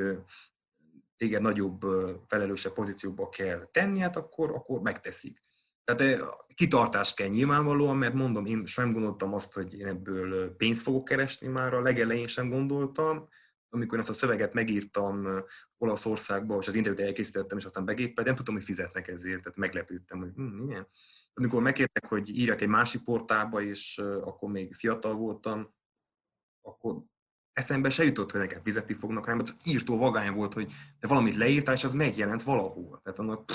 téged nagyobb, felelősebb pozícióba kell tenni, hát akkor megteszik. Tehát kitartás kell nyilvánvalóan, mert mondom, én sem gondoltam azt, hogy én ebből pénzt fogok keresni már, a legelején sem gondoltam. Amikor ezt a szöveget megírtam Olaszországba, és az interjút elkészítettem, és aztán begépelt, nem tudtam, hogy fizetnek ezért, tehát meglepődtem, hogy milyen. Amikor megkértek, hogy írjak egy másik portálba, és akkor még fiatal voltam, akkor eszembe se jutott, hogy nekem fizetni fognak, hanem az írtó vagány volt, hogy te valamit leírtál, és az megjelent valahol. Tehát annak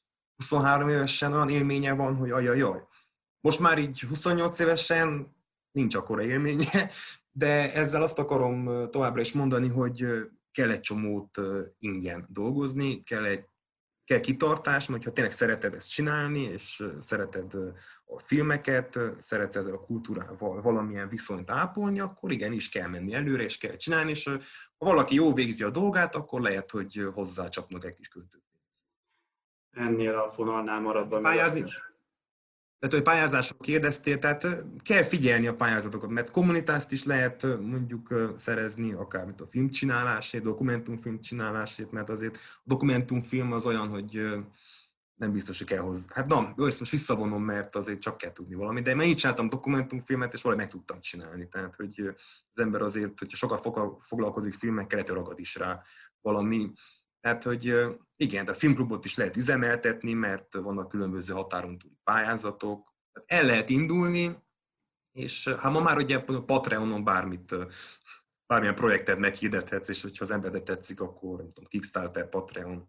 23 évesen olyan élménye van, hogy ajajaj. Most már így 28 évesen nincs akkora élménye, de ezzel azt akarom továbbra is mondani, hogy kell egy csomót ingyen dolgozni, kell kitartás, mert ha tényleg szereted ezt csinálni, és szereted a filmeket, szeretsz ezzel a kultúrával valamilyen viszonyt ápolni, akkor igenis kell menni előre, és kell csinálni, és ha valaki jó végzi a dolgát, akkor lehet, hogy hozzácsapnak egy kis költőpénzt. Ennél a fonalnál maradva. Pályázni? Tehát, hogy pályázásról kérdeztél, tehát kell figyelni a pályázatokat, mert kommunitást is lehet mondjuk szerezni, akár mint a filmcsinálásért, dokumentumfilm csinálásért, mert azért a dokumentumfilm az olyan, hogy nem biztos, hogy kell hozzá. Hát na, ezt most visszavonom, mert azért csak kell tudni valamit, de én így csináltam dokumentumfilmet, és valahogy meg tudtam csinálni. Tehát, hogy az ember azért, hogyha sokat foglalkozik filmekkel, lehet, ragad is rá valami. Tehát, hogy igen, a filmklubot is lehet üzemeltetni, mert vannak különböző határon túli pályázatok. Tehát el lehet indulni, és hát ma már ugye a Patreonon bármilyen projektet meghirdethetsz, és hogyha az embernek tetszik, akkor nem tudom, Kickstarter, Patreon.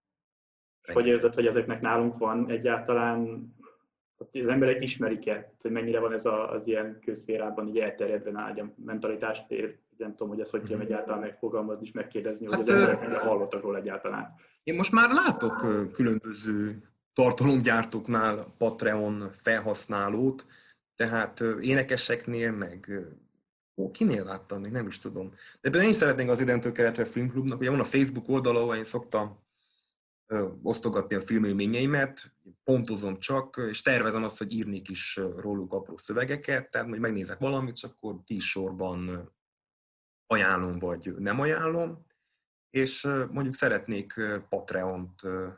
Hogy érzed, hogy ezeknek nálunk van egyáltalán, az emberek ismerik-e, hogy mennyire van ez az ilyen közszférában így elterjedve nálad a mentalitást, nem tudom, hogy ezt hogy kell egyáltalán megfogalmazni és megkérdezni, hogy az emberek mennyire hallottak róla egyáltalán. Én most már látok különböző tartalomgyártóknál Patreon felhasználót, tehát énekeseknél, meg kinél láttam, még nem is tudom. De például én szeretnék az Identől Keletre Filmklubnak, ugye van a Facebook oldala, ahol én szoktam osztogatni a filmélményeimet, pontozom csak, és tervezem azt, hogy írnék is róluk apró szövegeket, tehát hogy megnézek valamit, és akkor 10 sorban ajánlom, vagy nem ajánlom, és mondjuk szeretnék Patreont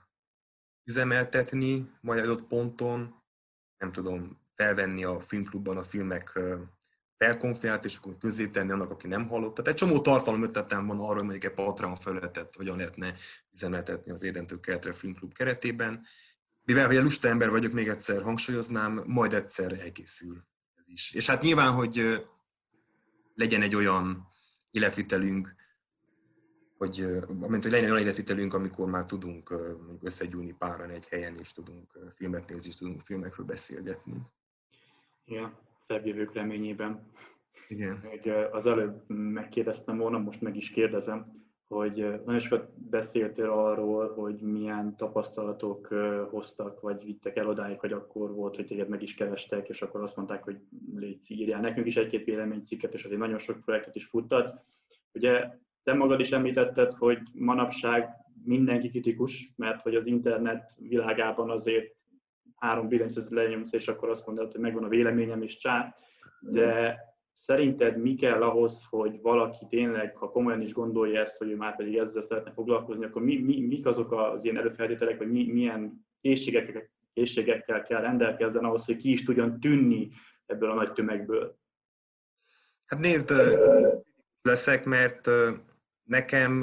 üzemeltetni, majd adott ponton, nem tudom, felvenni a filmklubban a filmek felkonfiát, és akkor közzétenni annak, aki nem hallott. Tehát egy csomó tartalom ötletem van arra, hogy mondjuk egy Patreon felületet hogyan lehetne üzemeltetni az Édentől Keletre Filmklub keretében. Mivel, hogy egy lusta ember vagyok, még egyszer hangsúlyoznám, majd egyszer elkészül ez is. És hát nyilván, hogy legyen egy olyan életvitelünk, hogy legyen olyan életvitelünk, amikor már tudunk összegyúlni páran egy helyen, és tudunk filmet nézni, és tudunk filmekről beszélgetni. Igen, szebb jövők reményében. Igen. Az előbb megkérdeztem volna, most meg is kérdezem, hogy nagyon sokat beszéltél arról, hogy milyen tapasztalatok hoztak, vagy vittek el odáig, hogy akkor volt, hogy téged meg is kerestek, és akkor azt mondták, hogy légy, írjál nekünk is egy-két véleménycikket, és azért nagyon sok projektet is futtatsz. Ugye te magad is említetted, hogy manapság mindenki kritikus, mert hogy az internet világában azért 3 billentyűzetet lenyomsz, és akkor azt mondod, hogy megvan a véleményem, és csá. De szerinted mi kell ahhoz, hogy valaki tényleg, ha komolyan is gondolja ezt, hogy ő már pedig ezzel szeretne foglalkozni, akkor mik azok az ilyen előfeltételek, vagy milyen készségekkel kell rendelkezzen ahhoz, hogy ki is tudjon tűnni ebből a nagy tömegből? Hát nézd, leszek, mert nekem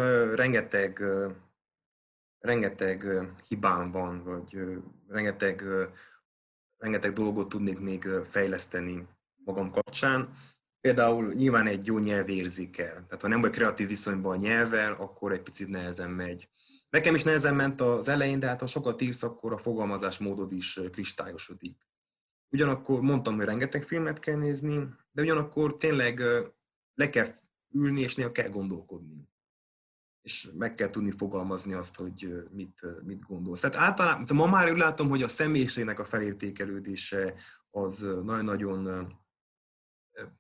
rengeteg hibám van, vagy rengeteg dolgot tudnék még fejleszteni magam kapcsán. Például nyilván egy jó nyelvérzékel. Tehát ha nem vagy kreatív viszonyban a nyelvvel, akkor egy picit nehezen megy. Nekem is nehezen ment az elején, de hát ha sokat írsz, akkor a fogalmazásmódod is kristályosodik. Ugyanakkor mondtam, hogy rengeteg filmet kell nézni, de ugyanakkor tényleg le kell ülni, és néha kell gondolkodni. És meg kell tudni fogalmazni azt, hogy mit gondolsz. Tehát általában, ma már úgy látom, hogy a személyiségnek a felértékelődése az nagyon-nagyon,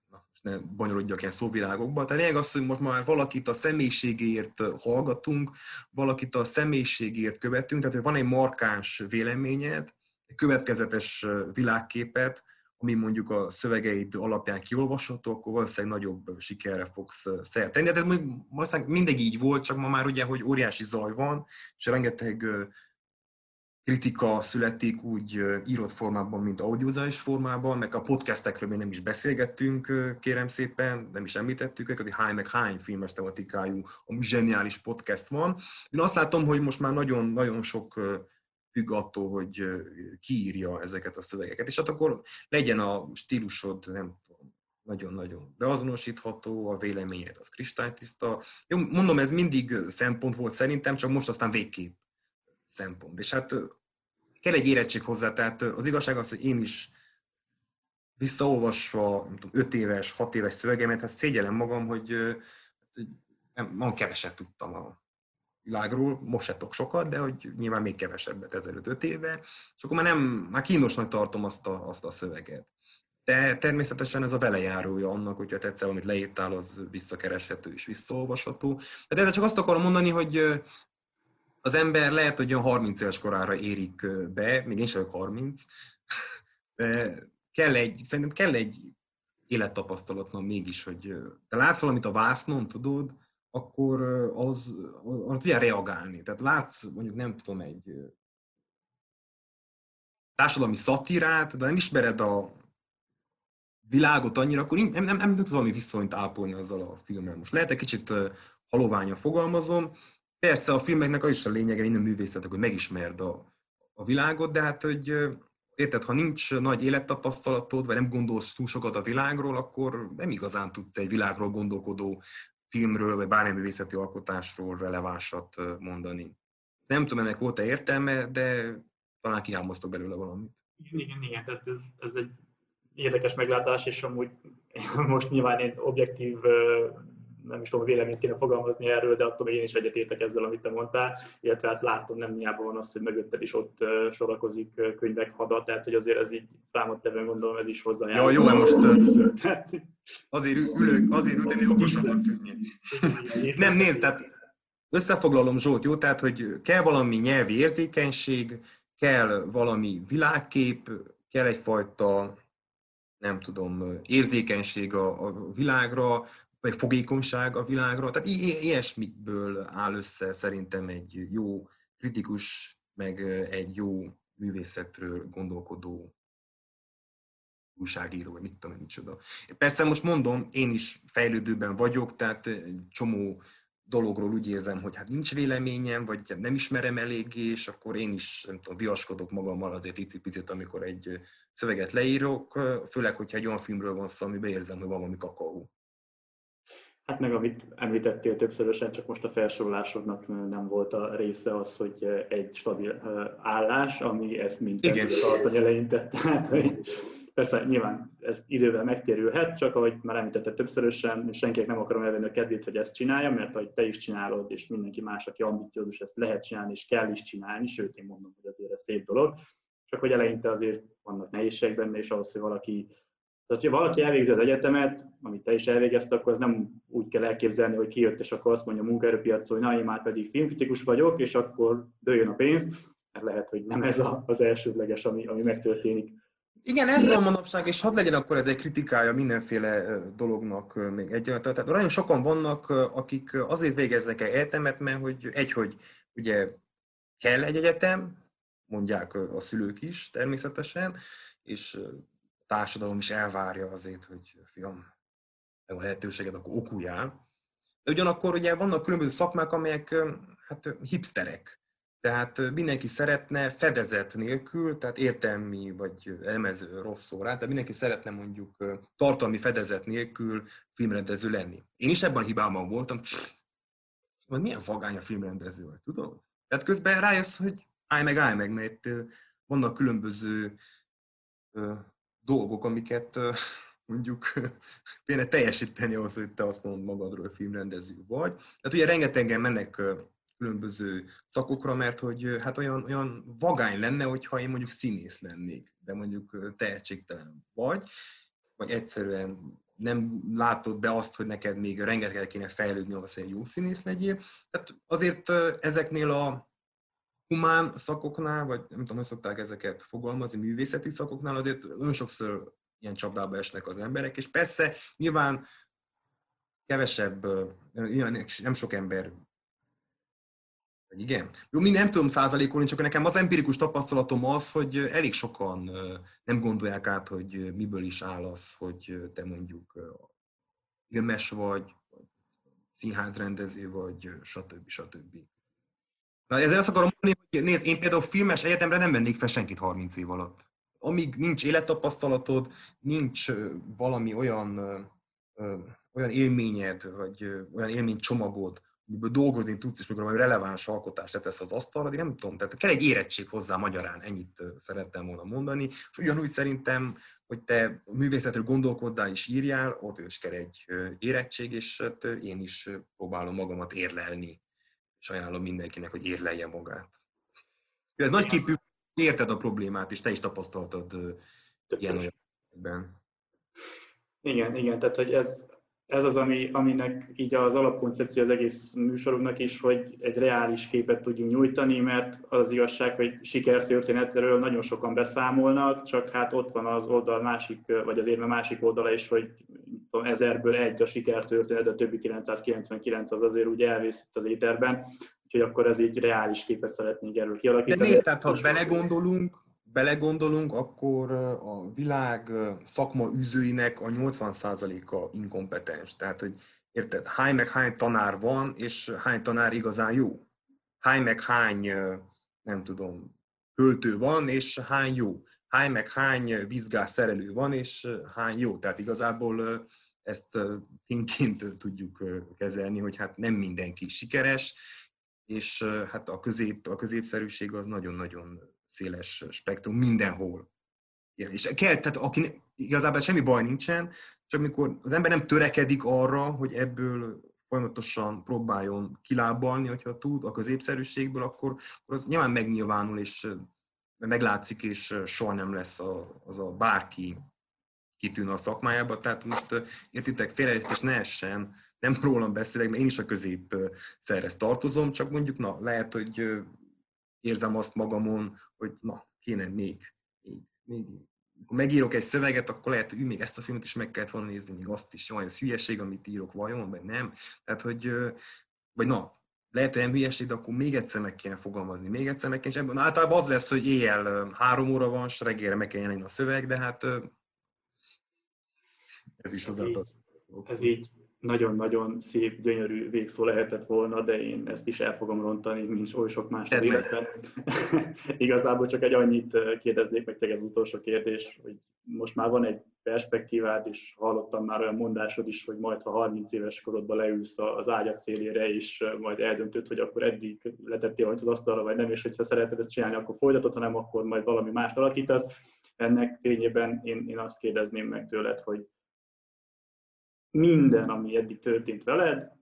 ne bonyolódjak ilyen szóvilágokba. Tehát lényeg az, hogy most már valakit a személyiségéért hallgatunk, valakit a személyiségéért követünk, tehát hogy van egy markáns véleményed, egy következetes világképet, ami mondjuk a szövegeid alapján kiolvasható, akkor valószínűleg nagyobb sikerre fogsz szert tenni. De ez valószínűleg mindig így volt, csak ma már ugye, hogy óriási zaj van, és rengeteg kritika születik úgy írott formában, mint audiovizuális formában, meg a podcastekről még nem is beszélgettünk, kérem szépen, nem is említettük őket, hogy hány meg hány filmes tematikájú, ami zseniális podcast van. Én azt látom, hogy most már nagyon sok függ attól, hogy ki írja ezeket a szövegeket. És hát akkor legyen a stílusod, nem tudom, nagyon-nagyon beazonosítható, a véleményed az kristálytiszta. Jó, mondom, ez mindig szempont volt szerintem, csak most aztán végképp szempont. És hát kell egy érettség hozzá, tehát az igazság az, hogy én is visszaolvasva 5 éves, 6 éves szövegemet, hát szégyellem magam, hogy nem keveset tudtam a világról, most se tudok sokat, de hogy nyilván még kevesebbet ezelőtt 5 éve, és akkor már kínosnak tartom azt a szöveget. De természetesen ez a velejárója annak, hogyha tetszett, amit leírtál, az visszakereshető és visszaolvasható. De ezzel csak azt akarom mondani, hogy az ember lehet, hogy olyan 30 éves korára érik be, még én sem vagyok 30, de szerintem kell egy élettapasztalatnak mégis, hogy te látsz valamit a vásznon, tudod, akkor arra tudjál reagálni. Tehát látsz, mondjuk nem tudom, egy társadalmi szatírát, de nem ismered a világot annyira, akkor nem tudod valami viszonyt ápolni azzal a filmmel. Most lehet egy kicsit haloványan fogalmazom, persze a filmeknek az is a lényege, minden művészetek, hogy megismerd a világot, de hát, hogy érted, ha nincs nagy élettapasztalatod, vagy nem gondolsz túl sokat a világról, akkor nem igazán tudsz egy világról gondolkodó filmről, vagy bármilyen művészeti alkotásról relevánsat mondani. Nem tudom, ennek volt-e értelme, de talán kihámoztok belőle valamit. Igen, tehát ez egy érdekes meglátás, és amúgy most nyilván én objektív, nem is tudom, véleményt kéne fogalmazni erről, de attól még én is egyetértek ezzel, amit te mondtál, illetve hát látom, nem hiába van az, hogy mögötted is ott sorakozik könyvek hada, tehát hogy azért ez így számottevően gondolom, ez is hozzájárul. Jó, most azért ülök, hogy okosabbnak tűnni. Nem, nézd, tehát összefoglalom, Zsolt, jó? Tehát, hogy kell valami nyelvi érzékenység, kell valami világkép, kell egyfajta, nem tudom, érzékenység a világra, vagy fogékonyság a világra. Tehát ilyesmikből áll össze szerintem egy jó kritikus, meg egy jó művészetről gondolkodó újságíró, vagy mit tudom, micsoda. Persze most mondom, én is fejlődőben vagyok, tehát csomó dologról úgy érzem, hogy hát nincs véleményem, vagy nem ismerem eléggé, és akkor én is, nem tudom, viaskodok magammal azért icipicit, amikor egy szöveget leírok, főleg, hogyha egy olyan filmről van szó, amiben érzem, hogy van valami kakaó. Hát meg amit említettél többszörösen, csak most a felsorolásodnak nem volt a része az, hogy egy stabil állás, ami ezt mind tartani eleinte. Tehát, hogy persze nyilván ez idővel megtérülhet, csak ahogy már említetted többszörösen, és senkinek nem akarom elvenni a kedvét, hogy ezt csinálja, mert ahogy te is csinálod, és mindenki más, aki ambiciózus, ezt lehet csinálni, és kell is csinálni, sőt én mondom, hogy azért ez szép dolog, csak hogy eleinte azért vannak nehézségek benne, és ahhoz, hogy valaki tehát, ha valaki elvégzi az egyetemet, amit te is elvégezte, akkor az nem úgy kell elképzelni, hogy kijött, és akkor azt mondja a munkaerőpiacon, hogy na, én már pedig filmkritikus vagyok, és akkor dőljön a pénz, mert lehet, hogy nem ez az elsődleges, ami megtörténik. Igen, ez van manapság, és hadd legyen akkor ez egy kritikája mindenféle dolognak még egyáltalán. Tehát nagyon sokan vannak, akik azért végeznek el egyetemet, mert hogy ugye kell egy egyetem, mondják a szülők is természetesen, és a társadalom is elvárja azért, hogy fiam, meg a lehetőséged, akkor okuljál. De ugyanakkor ugye vannak különböző szakmák, amelyek hát hipsterek. Tehát mindenki szeretne fedezet nélkül, tehát értelmi vagy elmező rossz szó rá, tehát mindenki szeretne mondjuk tartalmi fedezet nélkül filmrendező lenni. Én is ebben a hibában voltam, milyen vagány a filmrendező vagy, tudod? Tehát közben rájössz, hogy állj meg, mert vannak különböző dolgok, amiket mondjuk kéne teljesíteni ahhoz, hogy te azt mondod magadról, hogy filmrendező vagy. Tehát ugye rengetegen mennek különböző szakokra, mert hogy hát olyan vagány lenne, hogyha én mondjuk színész lennék, de mondjuk tehetségtelen vagy egyszerűen nem látod be azt, hogy neked még rengeteg kéne fejlődni ahhoz, hogy egy jó színész legyél. Tehát azért ezeknél a humán szakoknál, vagy nem tudom, hogy szokták ezeket fogalmazni, művészeti szakoknál azért nagyon sokszor ilyen csapdába esnek az emberek, és persze nyilván kevesebb, nem sok ember, vagy igen. Jó, mi nem tudom százalékolni, csak nekem az empirikus tapasztalatom az, hogy elég sokan nem gondolják át, hogy miből is áll az, hogy te mondjuk filmes vagy színházrendező vagy, stb. Na, ezzel azt akarom mondani, hogy nézd, én például filmes egyetemre nem vennék fel senkit 30 év alatt. Amíg nincs élettapasztalatod, nincs valami olyan élményed, vagy olyan élménycsomagod, amiből dolgozni tudsz, és mikor valami releváns alkotást letesz az asztalra, de nem tudom, tehát kell egy érettség hozzá magyarán, ennyit szerettem volna mondani, és ugyanúgy szerintem, hogy te művészetről gondolkoddál és írjál, ott is kell egy érettség, és hát én is próbálom magamat érlelni, és ajánlom mindenkinek, hogy érlelje magát. Ez nagy képű, érted a problémát, és te is tapasztaltad ilyen-olyanben. Igen, tehát hogy ez az, aminek így az alapkoncepció az egész műsorunknak is, hogy egy reális képet tudjunk nyújtani, mert az igazság, hogy sikertörténetről nagyon sokan beszámolnak, csak hát ott van az oldal másik, vagy az érme másik oldala is, hogy tudom, 1000-ből egy a sikertörténet, a többi 999 az azért úgy elvész itt az éterben, úgyhogy akkor ez így reális képet szeretnénk erről kialakítani. De nézd, tehát ha belegondolunk, akkor a világ szakma űzőinek a 80%-a inkompetens. Tehát, hogy érted, hány meg hány tanár van, és hány tanár igazán jó. Hány meg hány, nem tudom, költő van, és hány jó. Hány meg hány vízgáz szerelő van, és hány jó. Tehát igazából ezt tényként tudjuk kezelni, hogy hát nem mindenki sikeres, és hát a középszerűség az nagyon-nagyon széles spektrum mindenhol. És kell, tehát aki igazából semmi baj nincsen, csak mikor az ember nem törekedik arra, hogy ebből folyamatosan próbáljon kilábalni, hogyha tud a középszerűségből, akkor az nyilván megnyilvánul, és meglátszik, és soha nem lesz az a bárki kitűnő a szakmájába. Tehát most értitek, félreértés ne essen, nem rólam beszélek, mert én is a középszerhez tartozom, csak mondjuk, lehet, hogy érzem azt magamon, hogy kéne még. Amikor megírok egy szöveget, akkor lehet, hogy még ezt a filmet is meg kellett volna nézni, még azt is, ez hülyeség, amit írok, vajon, vagy nem. Tehát, hogy, vagy lehet, hogy nem hülyeség, de akkor még egyszer meg kéne fogalmazni, még egyszer meg kéne, és ebben általában az lesz, hogy éjjel 3 óra van, és reggelre meg kell jelenni a szöveg, de hát ez is hozzátartozik. Ez így nagyon-nagyon szép, gyönyörű végszó lehetett volna, de én ezt is el fogom rontani, mint oly sok más az életben. Igazából csak egy annyit kérdeznék meg téged az utolsó kérdés, hogy most már van egy perspektívád, és hallottam már olyan mondásod is, hogy majd, ha 30 éves korodban leülsz az ágyad szélére, és majd eldöntöd, hogy akkor eddig letettél valamit az asztalra, vagy nem, és hogyha szereted ezt csinálni, akkor folytatod, hanem akkor majd valami mást alakítasz. Ennek fényében én azt kérdezném meg tőled, hogy minden, ami eddig történt veled,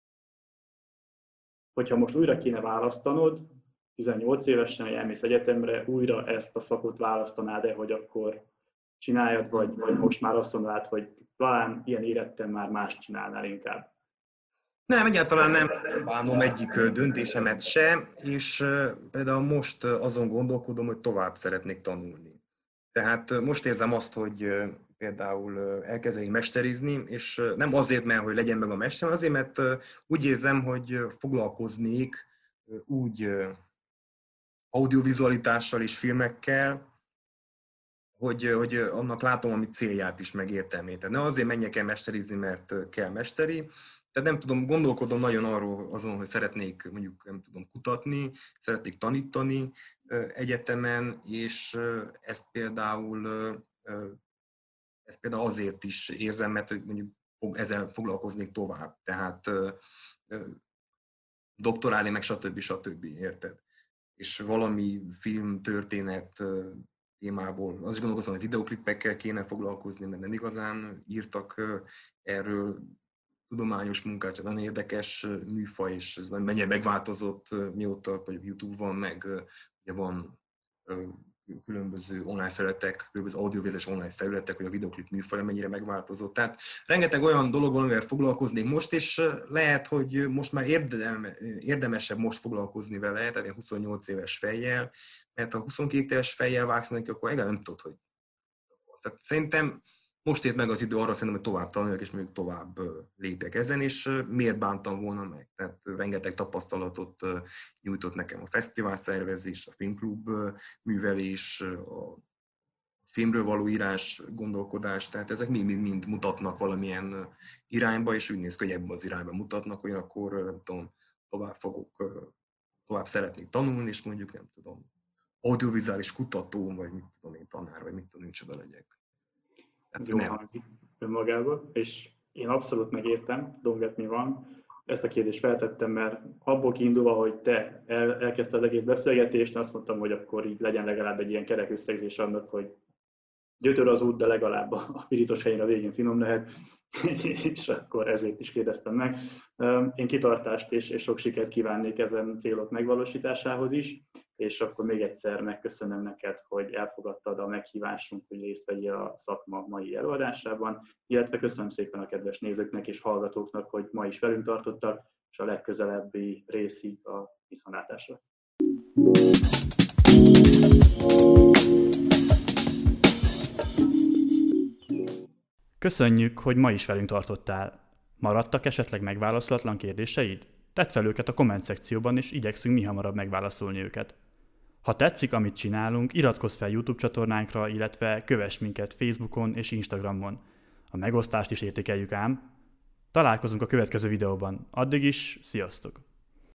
hogyha most újra kéne választanod, 18 évesen elmész egyetemre, újra ezt a szakot választanád-e, hogy akkor csináljad, vagy most már azt mondanád, hogy talán ilyen érettem már más csinálnál inkább? Nem, egyáltalán nem bánom egyik döntésemet se, és például most azon gondolkodom, hogy tovább szeretnék tanulni. Tehát most érzem azt, hogy például elkezdeni mesterizni, és nem azért, mert hogy legyen meg a mester, azért, mert úgy érzem, hogy foglalkoznék úgy audiovizualitással és filmekkel, hogy annak látom, amit célját is megértelmét. Tehát ne azért menjek el mesterizni, mert kell mesteri. Tehát nem tudom, gondolkodom nagyon azon, hogy szeretnék mondjuk, nem tudom, kutatni, szeretnék tanítani egyetemen, és ezt például azért is érzem, mert hogy mondjuk ezzel foglalkoznék tovább. Tehát doktorálni, meg stb. Érted? És valami filmtörténet témából, azt is gondolkozom, hogy videóklippekkel kéne foglalkozni, mert nem igazán írtak erről tudományos munkát, csak nagyon érdekes műfaj, és ez mennyire megváltozott, mióta YouTube van, meg ugye van különböző online felületek, különböző audiovizuális online felületek, hogy a videoklip műfaja mennyire megváltozott. Tehát rengeteg olyan dolog van, amivel foglalkoznék most, és lehet, hogy most már érdemesebb most foglalkozni vele, tehát én 28 éves fejjel, mert ha 22 éves fejjel vágsz neki, akkor egyáltalán nem tudod, hogy... Tehát szerintem most ért meg az idő arra, szerintem, hogy tovább tanuljak, és még tovább lépjek ezen, és miért bántam volna meg? Tehát rengeteg tapasztalatot nyújtott nekem a fesztivál szervezés, a filmklub művelés, a filmről való írás, gondolkodás, tehát ezek mind mutatnak valamilyen irányba, és úgy néz ki, hogy ebben az irányba mutatnak, hogy akkor nem tudom, tovább szeretnék tanulni, és mondjuk nem tudom, audiovizuális kutató, vagy mit tudom én, tanár, vagy mit tudom, micsoda legyek. Jó hangzik önmagában, és én abszolút megértem, don't get me wrong. Ezt a kérdést feltettem, mert abból kiindulva, hogy te elkezdted az egész beszélgetést, azt mondtam, hogy akkor így legyen legalább egy ilyen kerek összegzés annak, hogy gyötör az út, de legalább a pirítos helyén a végén finom lehet, és akkor ezért is kérdeztem meg. Én kitartást és sok sikert kívánnék ezen célok megvalósításához is, és akkor még egyszer megköszönöm neked, hogy elfogadtad a meghívásunk, hogy részt vegyél a szakma mai előadásában, illetve köszönöm szépen a kedves nézőknek és hallgatóknak, hogy ma is velünk tartottak, és a legközelebbi részig a viszontlátásra. Köszönjük, hogy ma is velünk tartottál. Maradtak esetleg megválaszolatlan kérdéseid? Tedd fel őket a komment szekcióban, és igyekszünk mihamarabb megválaszolni őket. Ha tetszik, amit csinálunk, iratkozz fel YouTube csatornánkra, illetve kövess minket Facebookon és Instagramon. A megosztást is értékeljük ám. Találkozunk a következő videóban. Addig is, sziasztok!